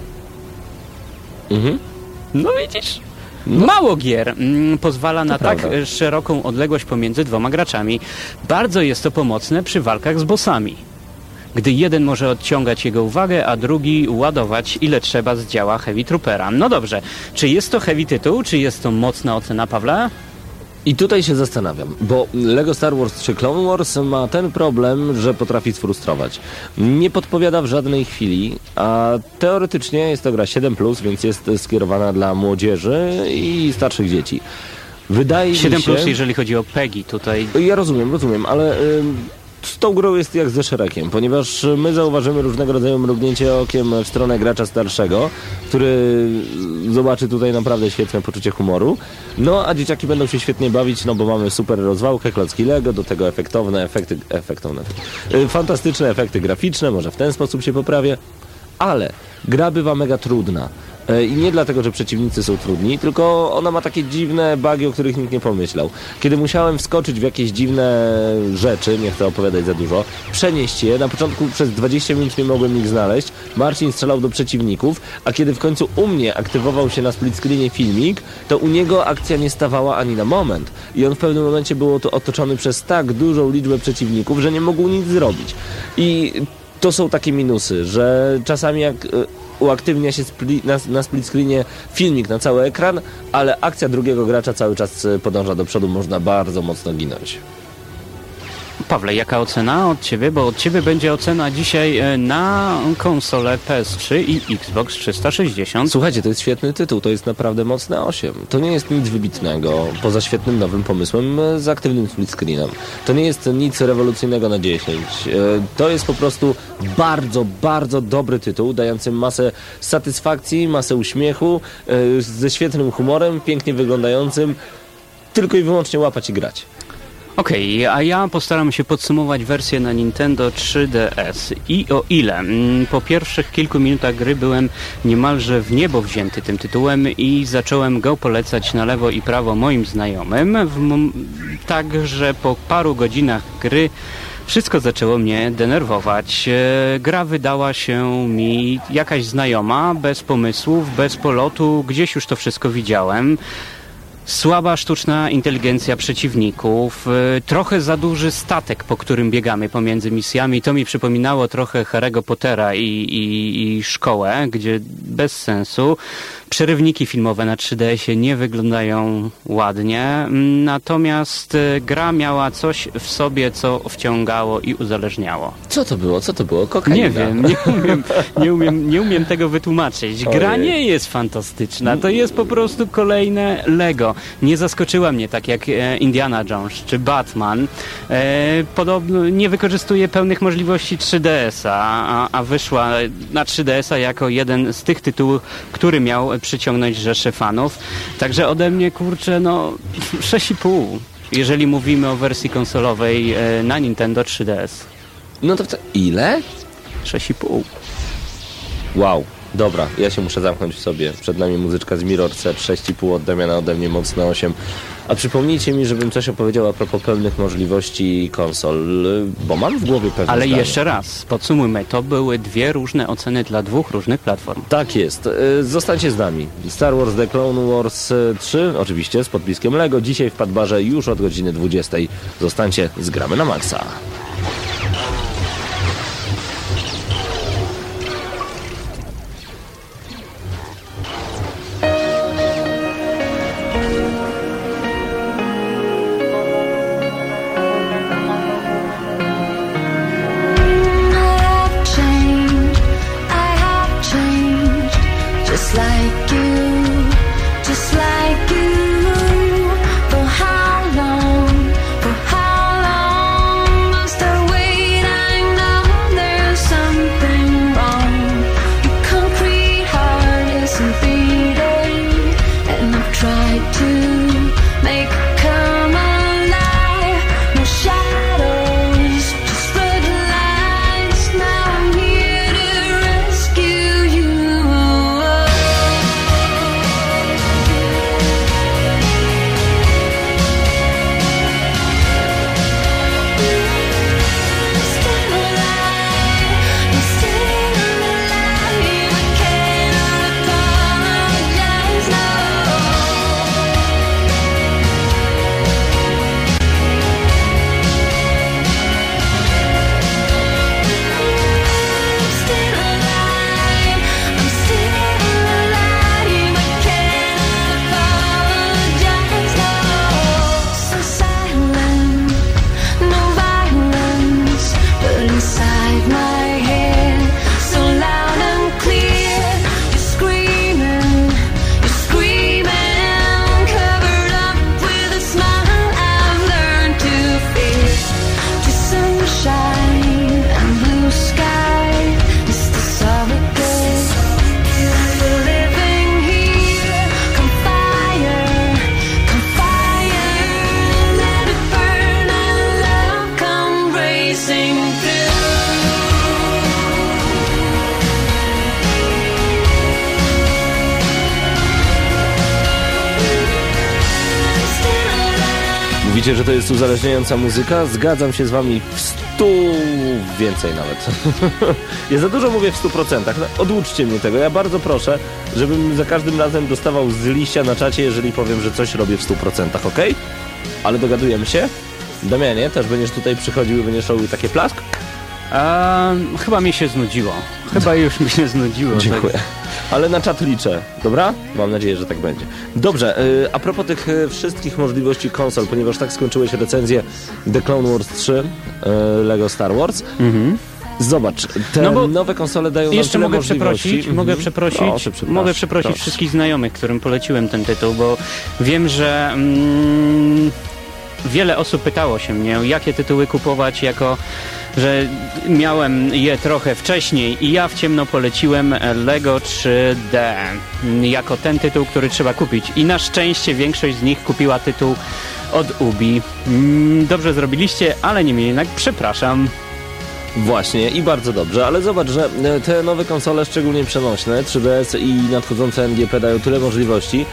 Mhm. No widzisz? Mało gier mm, pozwala na tak prawda. e, szeroką odległość pomiędzy dwoma graczami. Bardzo jest to pomocne przy walkach z bossami, gdy jeden może odciągać jego uwagę, a drugi ładować ile trzeba z działa Heavy Troopera. No dobrze, czy jest to heavy tytuł, czy jest to mocna ocena, Pawle? I tutaj się zastanawiam, bo Lego Star Wars czy Clone Wars ma ten problem, że potrafi sfrustrować. Nie podpowiada w żadnej chwili, a teoretycznie jest to gra siedem plus, więc jest skierowana dla młodzieży i starszych dzieci. Wydaje siedem mi się... plus, jeżeli chodzi o PEGI tutaj. Ja rozumiem, rozumiem, ale ym, z tą grą jest jak ze Shrekiem, ponieważ my zauważymy różnego rodzaju mrugnięcie okiem w stronę gracza starszego, który zobaczy tutaj naprawdę świetne poczucie humoru. No, a dzieciaki będą się świetnie bawić, no bo mamy super rozwałkę, klocki Lego, do tego efektowne efekty, efektowne, y, fantastyczne efekty graficzne, może w ten sposób się poprawię, ale gra bywa mega trudna. I nie dlatego, że przeciwnicy są trudni, tylko ona ma takie dziwne bugi, o których nikt nie pomyślał. Kiedy musiałem wskoczyć w jakieś dziwne rzeczy, nie chcę opowiadać za dużo, przenieść je, na początku przez dwadzieścia minut nie mogłem ich znaleźć, Marcin strzelał do przeciwników, a kiedy w końcu u mnie aktywował się na split screenie filmik, to u niego akcja nie stawała ani na moment. I on w pewnym momencie był to otoczony przez tak dużą liczbę przeciwników, że nie mógł nic zrobić. I to są takie minusy, że czasami jak uaktywnia się spli, na, na split screenie filmik na cały ekran, ale akcja drugiego gracza cały czas podąża do przodu, można bardzo mocno ginąć. Pawle, jaka ocena od Ciebie? Bo od Ciebie będzie ocena dzisiaj e, na konsolę P S trzy i Xbox trzysta sześćdziesiąt. Słuchajcie, to jest świetny tytuł, to jest naprawdę mocne osiem. To nie jest nic wybitnego, poza świetnym nowym pomysłem z aktywnym split screenem. To nie jest nic rewolucyjnego na dziesięć. To jest po prostu bardzo, bardzo dobry tytuł, dający masę satysfakcji, masę uśmiechu, ze świetnym humorem, pięknie wyglądającym, tylko i wyłącznie łapać i grać. Okej, okay, a ja postaram się podsumować wersję na Nintendo trzy D S. I o ile po pierwszych kilku minutach gry byłem niemalże w niebo wzięty tym tytułem i zacząłem go polecać na lewo i prawo moim znajomym, w, tak, że po paru godzinach gry wszystko zaczęło mnie denerwować. Gra wydała się mi jakaś znajoma, bez pomysłów, bez polotu, gdzieś już to wszystko widziałem. Słaba sztuczna inteligencja przeciwników, trochę za duży statek, po którym biegamy pomiędzy misjami. To mi przypominało trochę Harry'ego Pottera i, i, i szkołę, gdzie bez sensu. Przerywniki filmowe na trzy D S-ie nie wyglądają ładnie, natomiast gra miała coś w sobie, co wciągało i uzależniało. Co to było? Co to było? Kokaina? Nie wiem, nie umiem, nie umiem, nie umiem tego wytłumaczyć. Gra Ojej. nie jest fantastyczna, to jest po prostu kolejne Lego. Nie zaskoczyła mnie tak jak Indiana Jones czy Batman. E, podobno nie wykorzystuje pełnych możliwości trzy D S-a, a, a wyszła na trzy D S-a jako jeden z tych tytułów, który miał przyciągnąć rzeszę fanów. Także ode mnie, kurczę, no sześć i pół, jeżeli mówimy o wersji konsolowej e, na Nintendo trzy D S. No to w te... ile? sześć i pół. Wow. Dobra, ja się muszę zamknąć w sobie. Przed nami muzyczka z Mirror Set, sześć i pół od Damiana, ode mnie mocne osiem. A przypomnijcie mi, żebym coś opowiedział a propos pełnych możliwości konsol, bo mam w głowie pewne Ale zdanie. jeszcze raz, podsumujmy, to były dwie różne oceny dla dwóch różnych platform. Tak jest. Zostańcie z nami. Star Wars The Clone Wars trzy, oczywiście z podpiskiem Lego, dzisiaj w Padbarze już od godziny dwudziestej. Zostańcie z Gramy na Maxa. Mówicie, że to jest uzależniająca muzyka? Zgadzam się z wami w stu... więcej nawet. Ja za dużo mówię w stu procentach. No, oduczcie mnie tego. Ja bardzo proszę, żebym za każdym razem dostawał z liścia na czacie, jeżeli powiem, że coś robię w stu procentach, okej? Okay? Ale dogadujemy się? Damianie, też będziesz tutaj przychodził i będziesz robił takie plask? A, chyba mi się znudziło. Chyba już mi się znudziło. Dziękuję. Tak. Ale na czat liczę, dobra? Mam nadzieję, że tak będzie. Dobrze, yy, a propos tych yy, wszystkich możliwości konsol, ponieważ tak skończyłeś recenzję The Clone Wars trzy, yy, Lego Star Wars. Mhm. Zobacz, te no nowe konsole dają nam jeszcze tyle mogę możliwości. Przeprosić, mhm. Mogę przeprosić, Proszę, mogę przeprosić proszę. wszystkich znajomych, którym poleciłem ten tytuł, bo wiem, że mm, wiele osób pytało się mnie, jakie tytuły kupować, jako że miałem je trochę wcześniej i ja w ciemno poleciłem Lego trzy D jako ten tytuł, który trzeba kupić. I na szczęście większość z nich kupiła tytuł od Ubi. Dobrze zrobiliście, ale niemniej jednak przepraszam. Właśnie i bardzo dobrze, ale zobacz, że te nowe konsole, szczególnie przenośne, trzy D S i nadchodzące N G P dają tyle możliwości,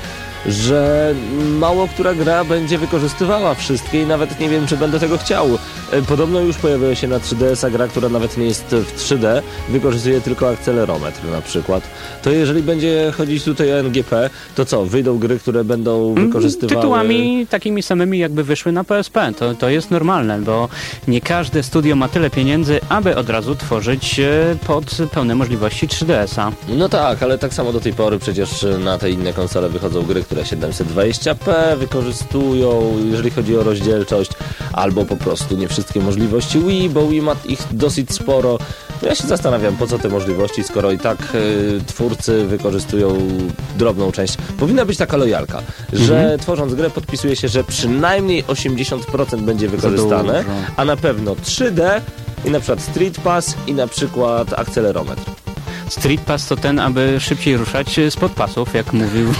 że mało która gra będzie wykorzystywała wszystkie i nawet nie wiem, czy będę tego chciał. Podobno już pojawiła się na trzy D S a gra, która nawet nie jest w trzy D, wykorzystuje tylko akcelerometr na przykład. To jeżeli będzie chodzić tutaj o N G P, to co? Wyjdą gry, które będą wykorzystywały... Tytułami takimi samymi jakby wyszły na P S P. To, to jest normalne, bo nie każde studio ma tyle pieniędzy, aby od razu tworzyć pod pełne możliwości trzy D S a. No tak, ale tak samo do tej pory przecież na te inne konsole wychodzą gry, które siedemset dwadzieścia p wykorzystują, jeżeli chodzi o rozdzielczość, albo po prostu nie wszystkie możliwości Wii, bo Wii ma ich dosyć sporo. No ja się zastanawiam, po co te możliwości, skoro i tak y, twórcy wykorzystują drobną część. Powinna być taka lojalka, że mhm. tworząc grę podpisuje się, że przynajmniej osiemdziesiąt procent będzie wykorzystane, a na pewno trzy D i na przykład Street Pass i na przykład akcelerometr. Street Pass to ten, aby szybciej ruszać spod pasów, jak mówił.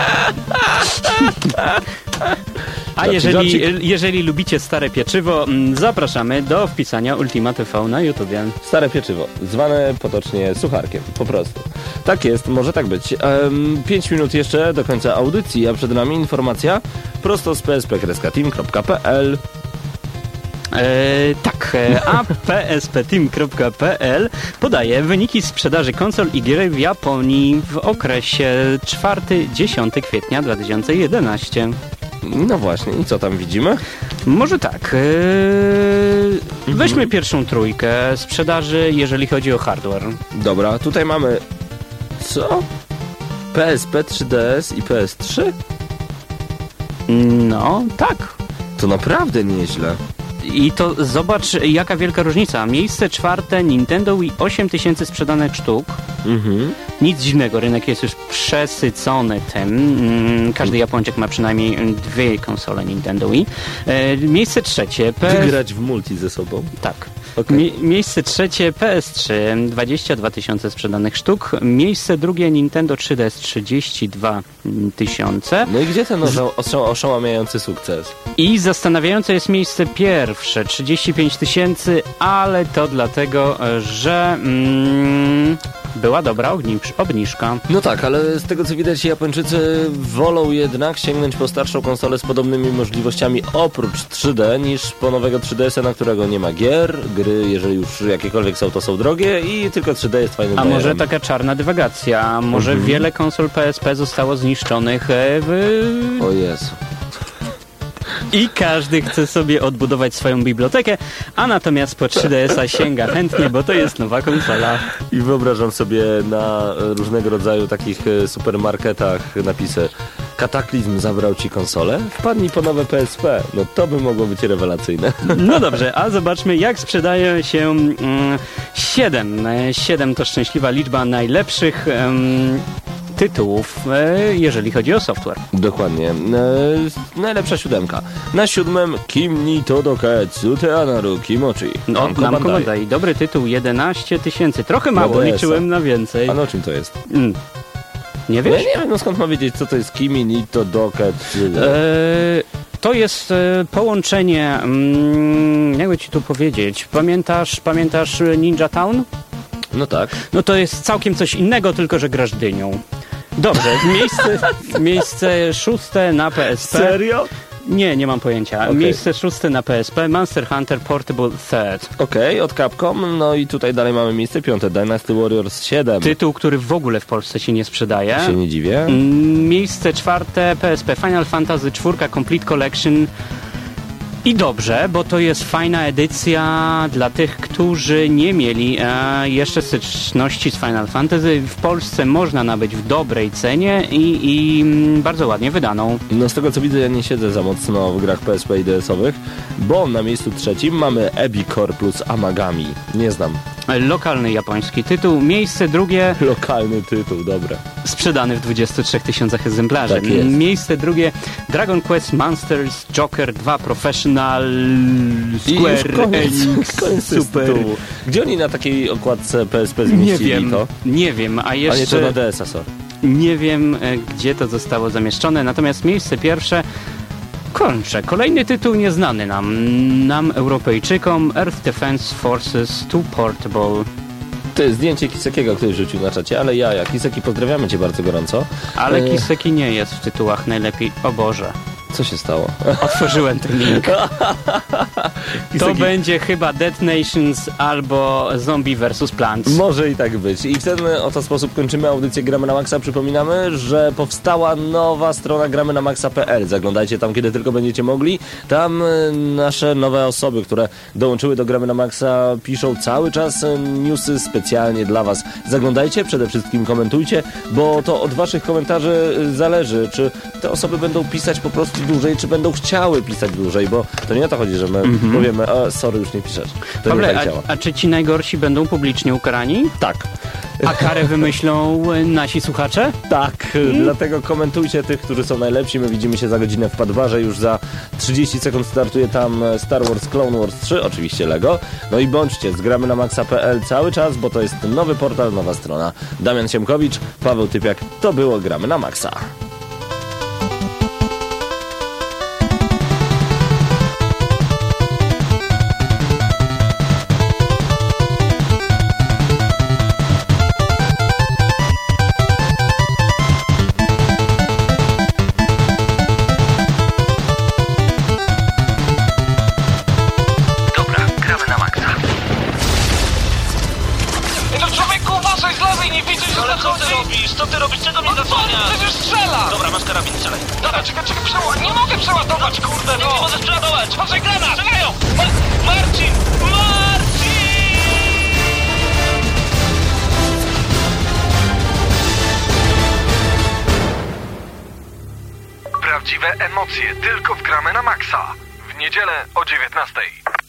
A jeżeli, jeżeli lubicie stare pieczywo, zapraszamy do wpisania Ultima T V na YouTubie. Stare pieczywo, zwane potocznie sucharkiem, po prostu. Tak jest, może tak być. Um, pięć minut jeszcze do końca audycji, a przed nami informacja prosto z p s p kropka team kropka p l. Eee, tak, a p s p team kropka p l podaje wyniki sprzedaży konsol i gier w Japonii w okresie czwartego do dziesiątego kwietnia dwa tysiące jedenastego. No właśnie, i co tam widzimy? Może tak. Eee, weźmy pierwszą trójkę sprzedaży, jeżeli chodzi o hardware. Dobra, tutaj mamy... Co? P S P, trzy D S i P S trzy? No, tak. To naprawdę nieźle. I to zobacz, jaka wielka różnica. Miejsce czwarte Nintendo Wii, osiem tysięcy sprzedanych sztuk. Mhm. Nic dziwnego, rynek jest już przesycony tym. Każdy Japończyk ma przynajmniej dwie konsole Nintendo Wii. E, miejsce trzecie... P S... Wygrać w multi ze sobą. Tak. Okay. Mie- miejsce trzecie P S trzy, dwadzieścia dwa tysiące sprzedanych sztuk. Miejsce drugie Nintendo trzy D S, trzydzieści dwa tysiące. No i gdzie ten osza- oszałamiający sukces? I zastanawiające jest miejsce pierwsze, trzydzieści pięć tysięcy, ale to dlatego, że mm, była dobra obniż- obniżka. No tak, ale z tego co widać Japończycy wolą jednak sięgnąć po starszą konsolę z podobnymi możliwościami oprócz trzy D niż po nowego trzy D S a, na którego nie ma gier, gry, jeżeli już jakiekolwiek są, to są drogie i tylko trzy D jest fajnym A bajerem. może taka czarna dywagacja, może mhm. wiele konsol P S P zostało zniszczonych w... O Jezu. I każdy chce sobie odbudować swoją bibliotekę, a natomiast po trzy D S a sięga chętnie, bo to jest nowa konsola. I wyobrażam sobie na różnego rodzaju takich supermarketach napisy: Kataklizm zabrał ci konsolę? Wpadnij po nowe P S P. No to by mogło być rewelacyjne. No dobrze, a zobaczmy, jak sprzedaje się mm, siedem. siedem to szczęśliwa liczba najlepszych um, tytułów, e, jeżeli chodzi o software. Dokładnie. E, najlepsza siódemka. Na siódmym Kim ni Todoketsu Teanaru Kimochi. No, Namco Bandai. Dobry tytuł, jedenaście tysięcy. Trochę mało, liczyłem na więcej. A no czym to jest? Mm. Nie wiesz? Ja nie wiem, no skąd mam wiedzieć, co to jest Kimi ni Todoketsu. Eee, to jest e, połączenie, mm, jakby ci tu powiedzieć, pamiętasz, pamiętasz Ninja Town? No tak. No to jest całkiem coś innego, tylko że grasz dynią. Dobrze, miejsce, miejsce szóste na P S P. Serio? Nie, nie mam pojęcia. Okej. Miejsce szóste na P S P, Monster Hunter Portable Third. Okej, od Capcom, no i tutaj dalej mamy miejsce piąte, Dynasty Warriors siedem. Tytuł, który w ogóle w Polsce się nie sprzedaje. Się nie dziwię. Mm, Miejsce czwarte P S P Final Fantasy cztery Complete Collection. I dobrze, bo to jest fajna edycja dla tych, którzy nie mieli e, jeszcze styczności z Final Fantasy. W Polsce można nabyć w dobrej cenie i, i mm, bardzo ładnie wydaną. No z tego co widzę, ja nie siedzę za mocno w grach P S P i D S-owych, bo na miejscu trzecim mamy Ebicore plus Amagami. Nie znam. Lokalny japoński tytuł. Miejsce drugie Lokalny tytuł, dobra. sprzedany w dwudziestu trzech tysiącach egzemplarzy. Tak jest. Miejsce drugie Dragon Quest Monsters Joker dwa Professional Square I już koniec, Enix koniec Super. tytułu. Gdzie oni na takiej okładce P S P Nie zmieścili wiem, to? nie wiem, a A jeszcze nie to na D S-a, sorry. nie wiem, e, gdzie to zostało zamieszczone. Natomiast miejsce pierwsze kończę. Kolejny tytuł nieznany nam, nam Europejczykom, Earth Defense Forces two Portable. To jest zdjęcie Kisekiego, który rzucił na czacie, ale ja, ja. Kiseki, pozdrawiamy cię bardzo gorąco. Ale E, Kiseki nie jest w tytułach najlepiej. O Boże, Co się stało? otworzyłem ten link. To Kiseki- będzie chyba Dead Nations albo Zombie versus Plants. Może i tak być. I w ten oto sposób kończymy audycję Gramy na Maxa. Przypominamy, że powstała nowa strona gramy na maxa kropka p l. Zaglądajcie tam, kiedy tylko będziecie mogli. Tam y, nasze nowe osoby, które dołączyły do Gramy na Maxa, piszą cały czas y, newsy specjalnie dla was. Zaglądajcie, przede wszystkim komentujcie, bo to od waszych komentarzy y, zależy, czy te osoby będą pisać po prostu dłużej, czy będą chciały pisać dłużej, bo to nie o to chodzi, że my Mhm. powiemy, a sorry, już nie piszesz. To Pawle, nie tak działa. a, a czy ci najgorsi będą publicznie ukarani? Tak. A karę wymyślą e, nasi słuchacze? Tak, dlatego komentujcie tych, którzy są najlepsi. My widzimy się za godzinę w Padwarze. Już za trzydzieści sekund startuje tam Star Wars Clone Wars trzy, oczywiście Lego. No i bądźcie z gramy na maxa kropka p l cały czas, bo to jest nowy portal, nowa strona. Damian Siemkowicz, Paweł Typiak. To było Gramy na Maxa. Dobra, gramy na maksa. Ej, no człowieku, uważaj z lewej, nie widzisz, że Ale co ty zachodzi? robisz? Co ty robisz? Czego mnie No co, zasłaniasz? przecież strzela! Dobra, masz karabin, strzelaj. Dobra, czekaj, czekaj, przeładować. Nie mogę przeładować, kurde, Nie, no! nie możesz przeładować. Uważaj, granat! Strzelają! Ma- Marcin! Marcin! Prawdziwe emocje tylko w Gramy na Maxa. W niedzielę o dziewiętnastej.